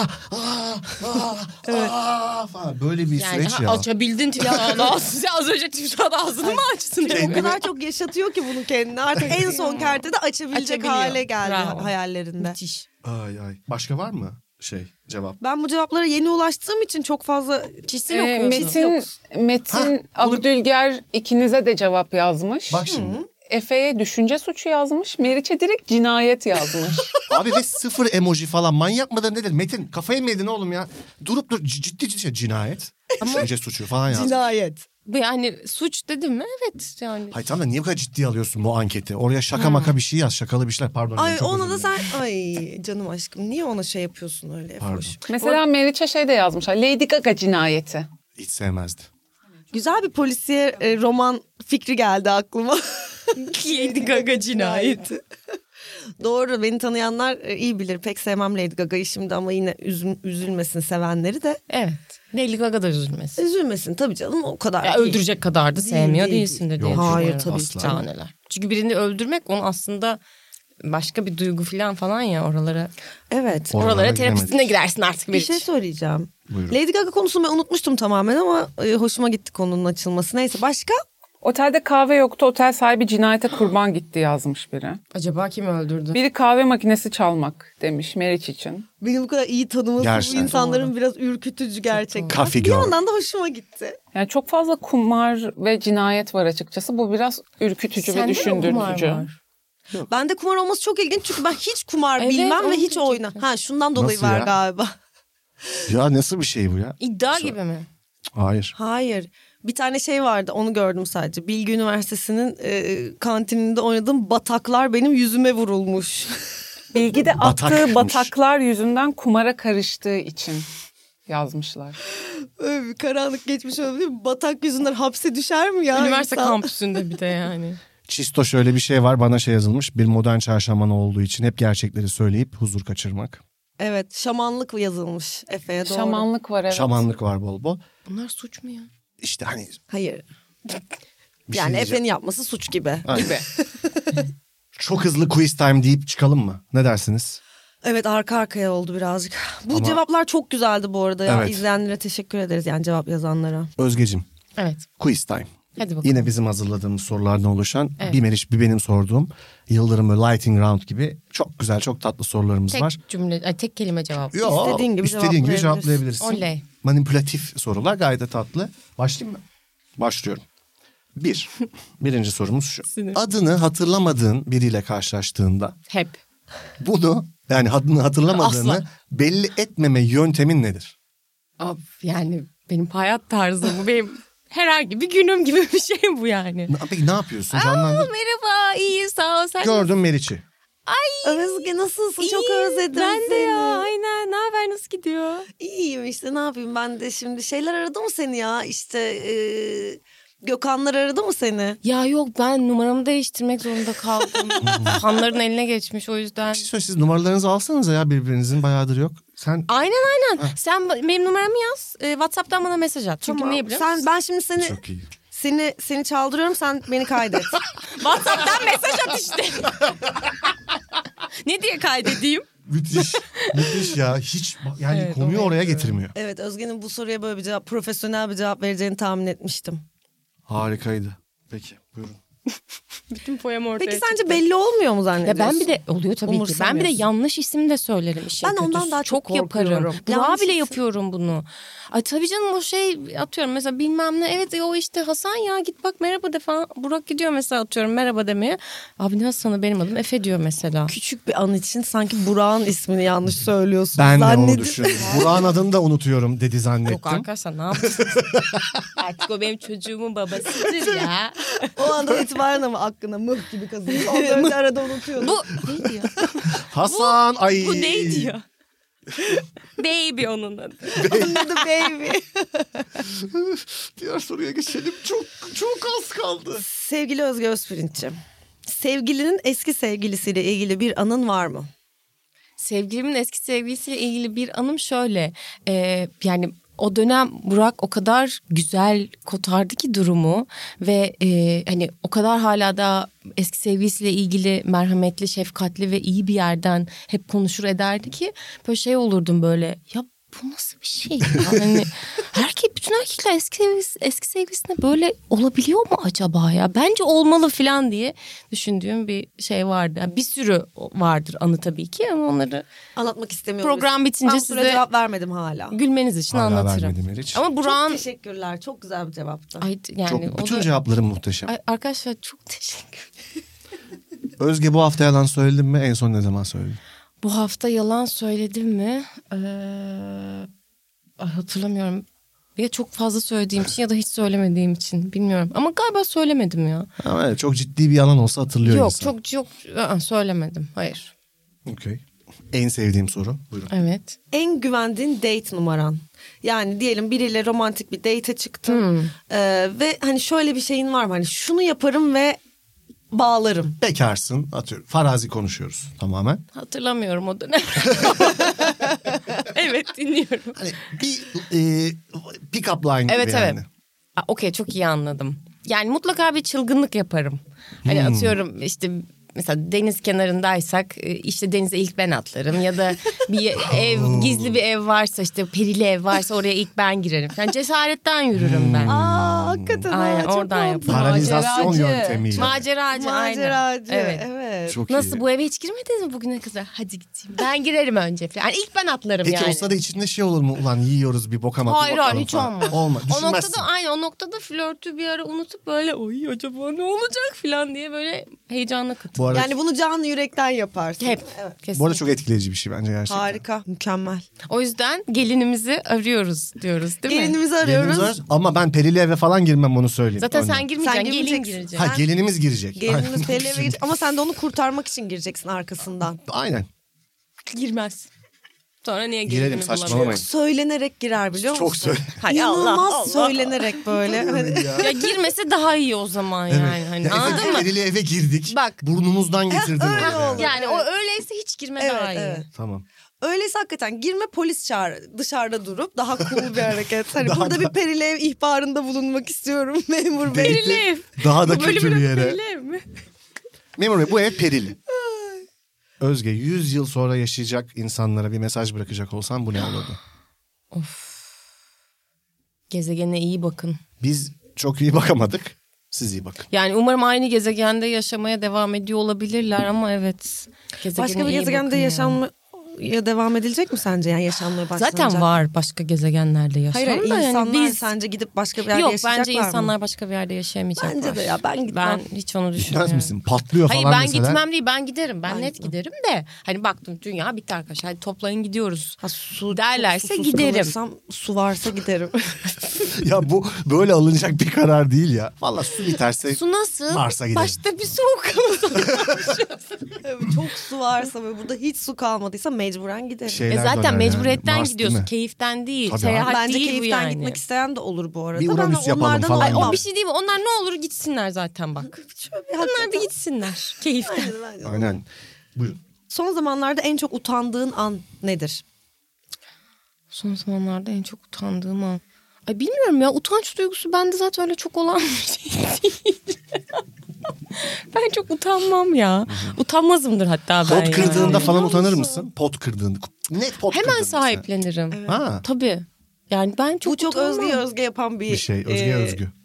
Falan. Böyle bir Yani süreç ya. açabildin timsahı. Az önce timsahın ağzını mı açtın? O kadar çok yaşatıyor ki bunu kendine. Artık en son kertede açabilecek Açabiliyor. hale geldi Bravo. hayallerinde. Müthiş. Ay. Başka var mı cevap? Ben bu cevaplara yeni ulaştığım için çok fazla Çizim okuyorsun. Metin Abdülger ikinize de cevap yazmış. Bak şimdi. Efe'ye düşünce suçu yazmış. Meriç'e direkt cinayet yazmış. Abi ve 0 emoji falan. Manyak mıdır nedir? Metin kafayı mı yedin oğlum ya? Durup ciddi cinayet. Düşünce suçu falan yaz. cinayet. Yani suç dedim mi? Evet yani. Hayır tamam da niye bu kadar ciddiye alıyorsun bu anketi? Oraya şaka maka bir şey yaz. Şakalı bir şeyler. Pardon. Ay çok ona özür da dilerim. sen ay canım aşkım niye ona şey yapıyorsun öyle Pardon. hoş. Mesela Meriç'e şey de yazmışlar. Lady Gaga cinayeti. Hiç sevmezdi. Güzel bir polisiye roman fikri geldi aklıma. Lady Gaga cinayeti. Doğru, beni tanıyanlar iyi bilir. Pek sevmem Lady Gaga'yı şimdi ama yine üzülmesin sevenleri de. Evet. Lady Gaga da üzülmesin. Üzülmesin tabii canım, o kadar Ya değil. öldürecek kadar da sevmiyor değil, değilsindir diye Yok, hayır, düşünüyorum. tabii ki. Daha neler. Çünkü birini öldürmek onun aslında başka bir duygu falan ya oralara. Evet. Oralara gidemedik. terapisine girersin artık. Bir Bir şey söyleyeceğim. Buyurun. Lady Gaga konusunu ben unutmuştum tamamen ama hoşuma gitti konunun açılması. Neyse, başka? Otelde kahve yoktu. Otel sahibi cinayete kurban gitti yazmış biri. Acaba kim öldürdü? Biri kahve makinesi çalmak demiş Meriç için. Beni bu kadar iyi tanıması Gerçekten. bu insanların biraz ürkütücü gerçekten. Coffee Bir girl. yandan da hoşuma gitti. Yani çok fazla kumar ve cinayet var açıkçası. Bu biraz ürkütücü ve Sende mi düşündürücü. kumar var? Bende kumar olması çok ilginç çünkü ben hiç kumar Evet, bilmem ve onu hiç diyecektim. oyna. Ha, şundan dolayı Nasıl var ya? galiba. Ya nasıl bir şey bu ya? İddia gibi mi? Hayır. Hayır. Bir tane şey vardı, onu gördüm sadece. Bilgi Üniversitesi'nin kantininde oynadığım bataklar benim yüzüme vurulmuş. Bilgide attığı Batakmış. bataklar yüzünden kumara karıştığı için yazmışlar. Öyle bir karanlık geçmiş olabilir mi? Batak yüzünden hapse düşer mi ya? Üniversite insan? kampüsünde bir de yani. Çisto şöyle bir şey var, bana şey yazılmış. Bir modern çarşamban olduğu için hep gerçekleri söyleyip huzur kaçırmak. Evet, şamanlık yazılmış Efe'ye, doğru. Şamanlık var evet. Şamanlık var bol bol. Bunlar suç mu ya? İşte hani Hayır. bir şey Yani diyeceğim. Efe'nin yapması suç gibi. Gibi. Çok hızlı quiz time deyip çıkalım mı? Ne dersiniz? Evet, arka arkaya oldu birazcık. Bu Ama- cevaplar çok güzeldi bu arada ya. Evet. İzleyenlere teşekkür ederiz, yani cevap yazanlara. Özgeciğim, Evet. quiz time. Hadi bakalım. Yine bizim hazırladığımız sorulardan oluşan Evet. bir Meriç bir benim sorduğum Yıldırım böyle lightning round gibi çok güzel çok tatlı sorularımız Tek var. cümle, tek kelime cevap. Yo, İstediğin gibi cevaplayabilirsin. cevaplayabilirsin. Oley. Manipülatif sorular gayet de tatlı. Başlayayım mı? Başlıyorum. Birinci sorumuz şu. Sinir. Adını hatırlamadığın biriyle karşılaştığında Hep. bunu yani adını hatırlamadığını Asla. belli etmeme yöntemin nedir? Abi, yani benim hayat tarzım bu. Benim herhangi bir günüm gibi bir şey bu yani. Peki ne yapıyorsun? Canlandır. Merhaba, iyi sağ ol. Sen Gördüm Meriç'i. Özge, nasılsın? Çok İyiyim, özledim ben seni. de ya, aynen. Ne haber, nasıl gidiyor? İyiyim işte, ne yapayım ben de şimdi. Şeyler aradı mı seni ya? İşte Gökhanlar aradı mı seni? Ya yok, ben numaramı değiştirmek zorunda kaldım. Fanların eline geçmiş o yüzden. Bir şey söyle, siz numaralarınızı alsanıza ya birbirinizin, bayağıdır yok. Sen Aynen. Sen benim numaramı yaz. WhatsApp'tan bana mesaj at. Çünkü Tamam. niye biliyor musun? Ben şimdi çok iyi. seni çaldırıyorum, sen beni kaydet. WhatsApp'tan mesaj at işte. Ne diye kaydedeyim? Müthiş ya. Hiç yani Evet, konuyu o oraya evet. getirmiyor. Evet, Özge'nin bu soruya böyle bir cevap, profesyonel bir cevap vereceğini tahmin etmiştim. Harikaydı. Peki buyurun. Bütün poem ortaya Peki çıktı. sence belli olmuyor mu zannediyorsun? Ya ben bir de oluyor tabii ki. Ben bir de Umursamıyorsun. yanlış isim de söylerim işin Ben ondan kötüsü. daha çok yaparım. korkuyorum. Burak'a Yanlış bile isim. yapıyorum bunu. Ay tabii canım o şey atıyorum mesela bilmem ne. Evet o işte Hasan ya git bak merhaba de falan. Burak gidiyor mesela atıyorum merhaba demeye. Abi ne Hasan'ı benim adım Efe diyor mesela. Küçük bir an için sanki Burak'ın ismini yanlış söylüyorsun. Ben de onu Zannedip- düşündüm. Burak'ın adını da unutuyorum dedi zannettim. Yok arkadaşlar ne yaptın? Artık o benim çocuğumun babasıdır ya. O andan itibaren ama aklına mıh gibi kazınıyor. Onları bir arada unutuyordum. Bu neydi ya? Hasan ay. Bu neydi ya? Baby onun adı. Onun adı Baby. Diğer soruya geçelim. Çok az kaldı. Sevgili Özge Özpirinççi. Sevgilinin eski sevgilisiyle ilgili bir anın var mı? Sevgilimin eski sevgilisiyle ilgili bir anım şöyle. Yani o dönem Burak o kadar güzel kotardı ki durumu ve hani o kadar hala da eski sevgilisiyle ilgili merhametli, şefkatli ve iyi bir yerden hep konuşur ederdi ki böyle şey olurdum böyle ya bu nasıl bir şey ya? Hani bütün erkekler eski sevgilisine böyle olabiliyor mu acaba ya? Bence olmalı falan diye düşündüğüm bir şey vardı. Yani bir sürü vardır anı tabii ki ama onları Anlatmak istemiyorum. program bitince Ben bu soruya size cevap vermedim hala. gülmeniz için Hala anlatırım. vermedim Meriç. Ama Çok Burak'ın teşekkürler. Çok güzel bir cevaptı. ay yani Çok, o bütün da cevapların muhteşem. ay, arkadaşlar çok teşekkür. Özge bu hafta yalan söyledin mi? En son ne zaman söyledin? Bu hafta yalan söyledim mi? Hatırlamıyorum. Ya çok fazla söylediğim için ya da hiç söylemediğim için bilmiyorum. Ama galiba söylemedim ya. Ama evet, çok ciddi bir yalan olsa hatırlıyor Yok insan. çok söylemedim. Hayır. Okey. En sevdiğim soru. Buyurun. Evet. En güvendiğin date numaran. Yani diyelim biriyle romantik bir date'e çıktın. Ve hani şöyle bir şeyin var mı? Hani şunu yaparım ve bağlarım. Bekarsın atıyorum. Farazi konuşuyoruz tamamen. Hatırlamıyorum o dönem. Evet dinliyorum. Hani bir pick-up line Evet gibi evet. yani. Okey çok iyi anladım. Yani mutlaka bir çılgınlık yaparım. Hani atıyorum işte mesela deniz kenarındaysak işte denize ilk ben atlarım ya da bir ev gizli bir ev varsa işte perili ev varsa oraya ilk ben girerim. Yani cesaretten yürürüm ben. Aa hakikaten. Aynen, çok oradan mantıklı. yaparım. Paralizasyon Maceracı. yöntemiyle. Maceracı aynen. Maceracı. Evet. Evet. Çok Nasıl iyi. bu eve hiç girmediniz mi bugüne kadar? Hadi gideyim. Ben girerim önce falan. Yani ilk ben atlarım Peki yani. o sırada içinde şey olur mu? Ulan yiyoruz bir boka mı? Hayır hayır hiç olmaz. Olmaz. O Düşünmezsin. noktada o noktada flörtü bir ara unutup böyle oy acaba ne olacak falan diye böyle heyecanla katıl. Bu arada, Yani bunu canlı yürekten yaparsın. Hep. Evet. Kesinlikle. bu arada çok etkileyici bir şey bence gerçekten. Harika, mükemmel. O yüzden gelinimizi arıyoruz diyoruz değil mi? Gelinimizi Gelinimiz arıyoruz. var ama ben perili eve falan girmem onu söyleyeyim. Zaten önden. sen girmeyeceksin, Sen gelin girmeyeceksin. girecek. Ha gelinimiz girecek. Gelinimiz PL'ye gidecek ama sen de onu kurtarmak için gireceksin arkasından. Aynen. Girmez. Sonra niye Girelim, gelinimi saçmalamayın. bulamıyoruz? Söylenerek girer biliyor musun? Çok söyle. Hay Allah, İnanılmaz Allah. söylenerek böyle. Hani- Ya girmese daha iyi o zaman yani. Hani, Ya anladın mı? perili eve girdik. Bak. Burnumuzdan getirdin. öyle oraya. oldu. Yani o öyleyse hiç girme Evet, daha iyi. evet. Tamam. Öyleyse hakikaten girme polis çağır dışarıda durup daha cool bir hareket. Hani Daha burada da- bir perili ev ihbarında bulunmak istiyorum memur bey. Perili ev. Daha da Bu bölümün kötü bir yere. perili ev mi? Memur Bey bu ev perili. Özge 100 yıl sonra yaşayacak insanlara bir mesaj bırakacak olsan bu ne olurdu? Gezegene iyi bakın. Biz çok iyi bakamadık. Siz iyi bakın. Yani umarım aynı gezegende yaşamaya devam ediyor olabilirler ama evet. Gezegene Başka bir iyi gezegende bakın ya. yaşanmaya devam edilecek mi sence? Yani yaşanmaya başlanacak. Zaten var başka gezegenlerde yaşam Hayır, hayır da yani insanlar biz... sence gidip başka bir yerde Yok yaşayacaklar bence mı? insanlar başka bir yerde yaşayamayacaklar. Bence de ya, ben gitmem. Ben hiç onu düşünmüyorum. Gitmez misin? Patlıyor Hayır falan ben mesela. gitmem değil ben giderim. Ben Ben net gitmem. giderim de hani baktım dünya bitti arkadaşlar. Hadi toplayın gidiyoruz. Ha, su derlerse çok susuz giderim. kalırsam, su varsa giderim. Ya bu böyle alınacak bir karar değil ya. Vallahi su biterse Su nasıl? Mars'a gidelim. Başta bir soğuk havası. Evet, çok su varsa ve burada hiç su kalmadıysa mecburen giderim. şeyler Zaten döner yani. mecburiyetten Mars değil gidiyorsun. mi? Keyiften değil. Tabii Seyahat Bence değil bu keyiften yani. gitmek isteyen de olur bu arada. Bir Ben Uranüs yapalım onlardan falan. Ay, o olmam. bir şey değil mi? Onlar ne olur gitsinler zaten bak. Şöyle bir Onlar hakikaten- bir gitsinler. Keyiften. Aynen, aynen. Aynen. Buyurun. Son zamanlarda en çok utandığın an nedir? Son zamanlarda en çok utandığım an. Ay bilmiyorum ya utanç duygusu bende zaten öyle çok olan bir şey değil. Ben çok utanmam ya. Utanmazımdır hatta ben. Pot kırdığında yani. falan utanır mısın? Pot kırdığında. Net pot Hemen kırdın mesela. sahiplenirim. Ha, Tabii. Yani ben çok Bu çok utanmam. Özge yapan bir bir şey. Özge özgü.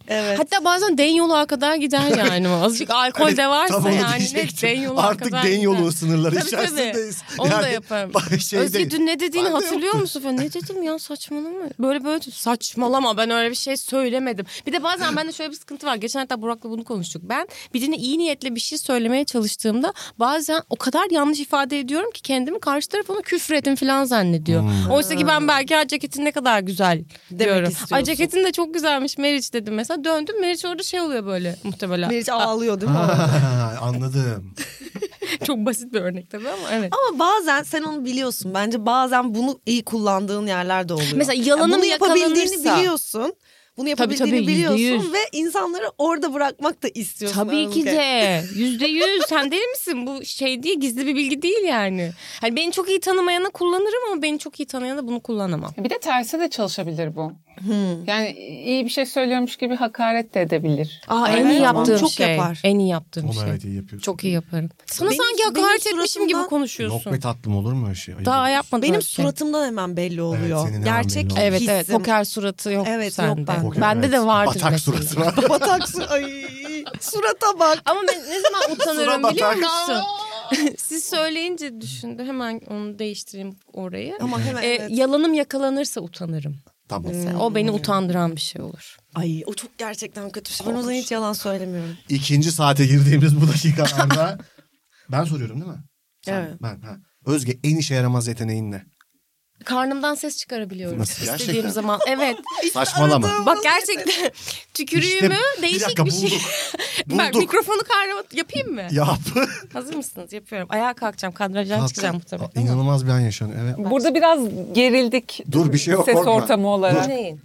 Evet. Hatta bazen den yoluğa kadar gider yani. Azıcık alkol de varsa Tam onu yani diyecektim. den yoluğa Artık kadar den yolu gider. sınırları Tabii, içerisindeyiz. Onu da Yani yaparım. şey Özge değil. dün ne dediğini Ben de hatırlıyor yaptım. musun? Falan. Ne dedim ya, saçmalama. Böyle saçmalama, ben öyle bir şey söylemedim. Bir de bazen bende şöyle bir sıkıntı var. Geçen hatta Burak'la bunu konuştuk. Ben birine iyi niyetle bir şey söylemeye çalıştığımda bazen o kadar yanlış ifade ediyorum ki kendimi, karşı taraf onu küfredin falan zannediyor. Oysa ki ben belki ay ceketin ne kadar güzel diyorum. istiyorsun. Ay ceketin de çok güzelmiş Meriç dedim mesela. Döndüm, Meriç orada şey oluyor böyle muhtemelen. Meriç ağlıyor değil mi? Ha, anladım. Çok basit bir örnek tabii ama evet. Ama bazen sen onu biliyorsun. Bence bazen bunu iyi kullandığın yerler de oluyor. Mesela yalanım bunu yapabildiğini yakalanırsa. biliyorsun. Bunu yapabildiğini tabii, biliyorsun %100. ve insanları orada bırakmak da istiyorsun. Tabii ki Özge. de %100. Sen deli misin? Bu şey değil, gizli bir bilgi değil yani. Hani beni çok iyi tanımayana kullanırım ama beni çok iyi tanıyana bunu kullanamam. Bir de tersi de çalışabilir bu. Yani iyi bir şey söylüyormuş gibi hakaret de edebilir. Aa, en Evet, iyi onu yaptığım çok şey. yapar. En iyi yaptığım Onu şey. evet iyi yapıyorsun. Çok iyi yaparım. Sana Benim- sanki benim hakaret etmişim gibi suratımdan- konuşuyorsun. Yok be tatlım, olur mu öyle şey? Ayıp Daha ediyorsun. yapmadım Benim öyle şey. suratımdan hemen belli oluyor. senin hemen Gerçek belli oluyor. Evet hissim. evet, poker suratı yok Evet, sende. yok bende. Poker, Bende evet. de vardır Batak mesela. suratı var. Batak su. Ay, surata bak. Ama ben ne zaman utanırım Sura biliyor batak. musun? Siz söyleyince düşündüm, hemen onu değiştireyim orayı. Ama hemen evet. Yalanım yakalanırsa utanırım. Tamam. Mesela. O beni utandıran bir şey olur. Ay, o çok gerçekten kötü bir şey. Ben o zaman hiç yalan söylemiyorum. İkinci saate girdiğimiz bu dakikalarda ben soruyorum değil mi? Sen, Evet. Ben. Ha. Özge, en işe yaramaz yeteneğin ne? Karnımdan ses çıkarabiliyorum. Nasıl, İstediğim gerçekten? zaman. Evet. Saçmalama. Bak gerçekten tükürüğümü İşte, değişik bir dakika, bir şey. bulduk. Bak Bulduk. mikrofonu karnıma yapayım mı? Yap. Hazır mısınız? Yapıyorum. Ayağa kalkacağım. Kadrajdan çıkacağım muhtemelen. İnanılmaz bir an yaşanıyor. Evet. Burada biraz gerildik. Dur, bir şey yok, Ses korkma. ortamı olarak. Neyin?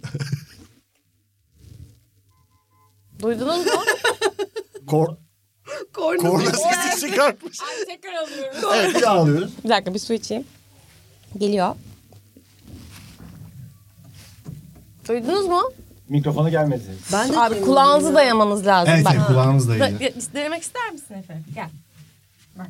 Duydunuz mu? Korna sesi çıkartmış. Tekrar alıyorum. Evet, bir ağlıyoruz. Bir dakika, bir su içeyim. Geliyor. Duydunuz mu? Mikrofona gelmedi. Ben de Abi kulağınızı dayamanız lazım. Evet, Bak. evet, kulağımız da iyi. Denemek ister misin Efe? Gel. Bak.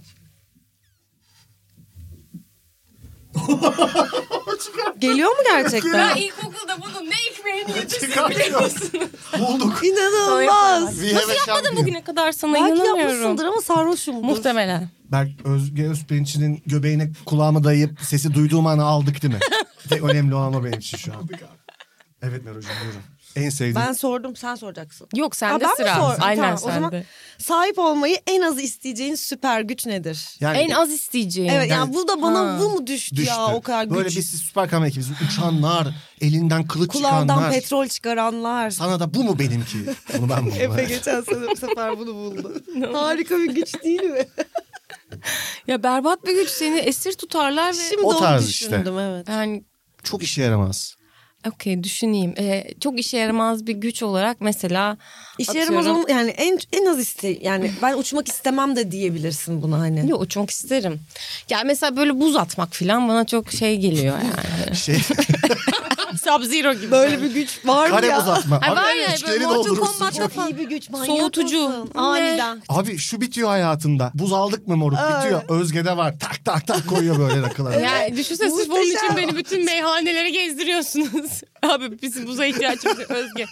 Geliyor mu gerçekten? ilkokulda bunun ne ekmeğini yedirsin Çıkartıyor. Bulduk. İnanılmaz. We have a Yapmadın champion. bugüne kadar, sana Belki inanamıyorum. yapmışsındır ama sarhoşumdur. Muhtemelen. Berk Özge Özpirinç'in göbeğine kulağımı dayayıp sesi duyduğum anı aldık değil mi? Tek önemli olan o benim için şu an. Evet Mero'cum, buyurun. En sevdiğim. Ben sordum, sen soracaksın. Yok, sende ben mi sıra. sordum? Aynen Tamam, sende. o zaman sahip olmayı en az isteyeceğin süper güç nedir? Yani En az isteyeceğim. Evet, yani bu da bana Ha. bu mu düştü, ya o kadar güç? Böyle bir süper kahraman ekibiz. Uçanlar, elinden kılıç Kulağından çıkanlar. petrol çıkaranlar. Sana da bu mu benimki? Bunu ben buldum. Efe evet. geçen sene bu sefer bunu buldu. Harika bir güç değil mi? Ya berbat bir güç, seni esir tutarlar ve... Şimdi O onu tarz işte. düşündüm, evet. Yani Çok işe yaramaz. okey, düşüneyim. Çok işe yaramaz bir güç olarak mesela İşe yaramaz atıyorum- olan, yani en az yani ben uçmak istemem de diyebilirsin buna hani. Yok, uçmak isterim. Ya mesela böyle buz atmak falan bana çok şey geliyor yani. Şey, Sub-Zero gibi. Böyle bir güç var mı kare ya? uzatma. Ay, var Abi, ya, içleri böyle Mortal doldurursun. Kombat'ta Çok falan. iyi bir güç, manyak Soğutucu. mısın? Ne? Aniden. Abi şu bitiyor hayatında. Buz aldık mı moruk, bitiyor. Özge'de var. Tak tak tak koyuyor böyle rakıları. Ya düşünsene, sırf onun için Muhteşem. beni bütün meyhanelere gezdiriyorsunuz. Abi bizim buza ihtiyacımız yok, Özge.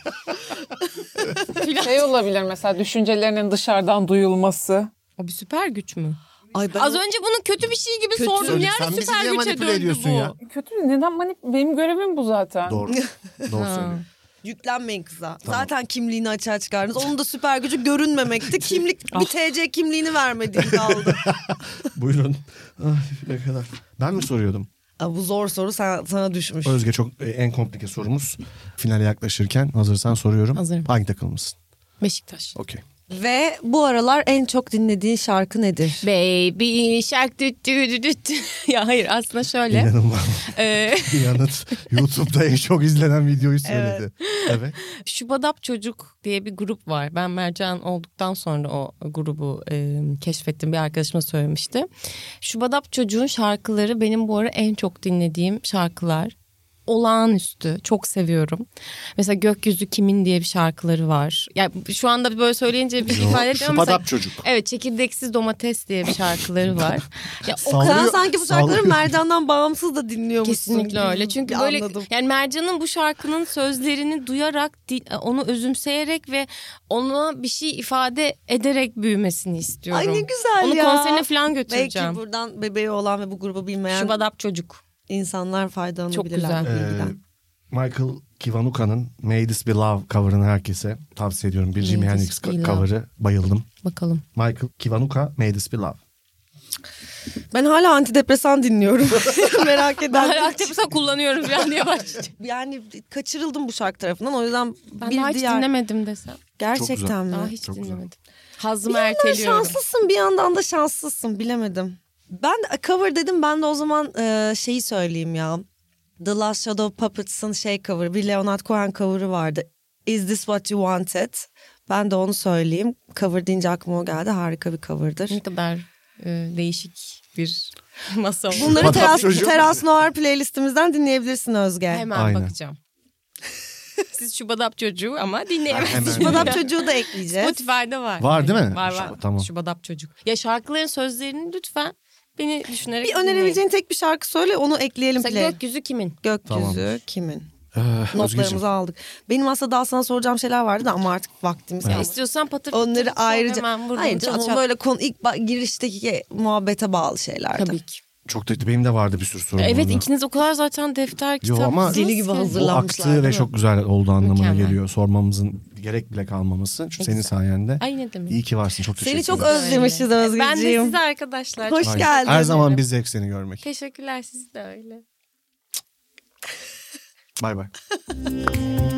Şey olabilir mesela, düşüncelerinin dışarıdan duyulması. O bir süper güç mü? Ay ben Az önce bunu kötü bir şey gibi sordum. Yani Sen bizi süper niye güçe manipüle döndü ediyorsun bu. ya? Kötü mü? Neden? Benim görevim bu zaten. Doğru. Doğru söylüyor. yüklenmeyin kıza. Zaten kimliğini açığa çıkardınız. Onun da süper gücü görünmemekti. Bir TC kimliğini vermediğin kaldı. Buyurun. Ay, ne kadar. Ben mi soruyordum? Aa, bu zor soru sana düşmüş. Özge, çok en komplike sorumuz. Finale yaklaşırken hazırsan soruyorum. Hazırım. Hangi takımlısın? Beşiktaş. Okey. Ve bu aralar en çok dinlediğin şarkı nedir? Baby shark düt düt düt. Ya hayır, aslında şöyle. İnanılmaz. Ee, Bir yanıt. YouTube'da en çok izlenen videoyu söyledi. Evet. Şubadap Çocuk diye bir grup var. Ben Mercan olduktan sonra o grubu keşfettim. Bir arkadaşıma söylemişti. Şubadap Çocuğun şarkıları benim bu ara en çok dinlediğim şarkılar. olağanüstü. Çok seviyorum. Mesela Gökyüzü Kimin diye bir şarkıları var. Yani şu anda böyle söyleyince bir ifade edemem. Şupadap Çocuk. Evet, Çekirdeksiz Domates diye bir şarkıları var. Ya o Sallıyor, Sen sanki bu şarkıları sallıyor. Mercan'dan bağımsız da dinliyormuşsun. Kesinlikle öyle. Çünkü Bir böyle anladım. yani Mercan'ın bu şarkının sözlerini duyarak, onu özümseyerek ve ona bir şey ifade ederek büyümesini istiyorum. Ay ne güzel onu ya. konserine falan götüreceğim. Belki buradan bebeği olan ve bu grubu bilmeyen Şubadap Çocuk. insanlar faydalanabilirler. Çok güzel. bilgiden. Michael Kivanuka'nın May This Be Love cover'ını herkese tavsiye ediyorum. Bir Jimi May Hendrix This Be Love. cover'ı. Bayıldım. Bakalım. Michael Kivanuka May This Be Love. Ben hala antidepresan dinliyorum. Merak Ben eden. aktivitasyon kullanıyorum falan diye başlayacağım. Yani kaçırıldım bu şarkı tarafından. O yüzden Ben bir daha hiç diğer... dinlemedim desem. Gerçekten mi? Daha hiç Çok güzel. dinlemedim. Hazımı Bir yandan erteliyorum. şanslısın, bir yandan da şanslısın, bilemedim. Ben de cover dedim, ben de o zaman şeyi söyleyeyim ya. The Last Shadow Puppets'ın cover'ı, bir Leonard Cohen cover'ı vardı. Is This What You Wanted? Ben de onu söyleyeyim. Cover deyince aklıma o geldi. Harika bir cover'dır. Ne kadar değişik bir masa oldu. Bunları Şupadap Çocuğu. Teras Noir playlistimizden dinleyebilirsin Özge. Hemen Aynen. bakacağım. Siz Şubadap Çocuğu ama Hemen. dinleyemezsiniz. Şupadap Çocuğu da ekleyeceğiz. Spotify'da var. Var değil mi? Var. Tamam. Şubadap Çocuk. Ya şarkıların sözlerini lütfen beni düşünerek Bir önerebileceğin tek bir şarkı söyle, onu ekleyelim Mesela play. Gökyüzü Kimin? Gökyüzü Tamamdır. kimin? Özgeciğim. Notlarımızı aldık. Benim aslında daha sana soracağım şeyler vardı da ama artık vaktimiz Ya yok. istiyorsan patır patır Onları sor, ayrıca... hemen buradan Hayır çat canım, çat. böyle konu ilk girişteki muhabbete bağlı şeylerdi. Tabii ki. Çok da benim de vardı bir sürü sorum. Evet, orada. ikiniz o kadar zaten defter kitap. ama deli gibi O hazırlanmışlar, aktı değil ve mi? çok güzel olduğu anlamına Mükemmel. geliyor. Sormamızın gerek bile kalmaması. Çünkü senin sayende. Ay ne demek. İyi ki varsın. Çok teşekkür Seni çok ederim. özlemişiz Ben de Özgeciğim. size arkadaşlar. Hoş Aynen. geldin. Her zaman bir zevk seni görmek. Teşekkürler, siz de öyle. Bay bay.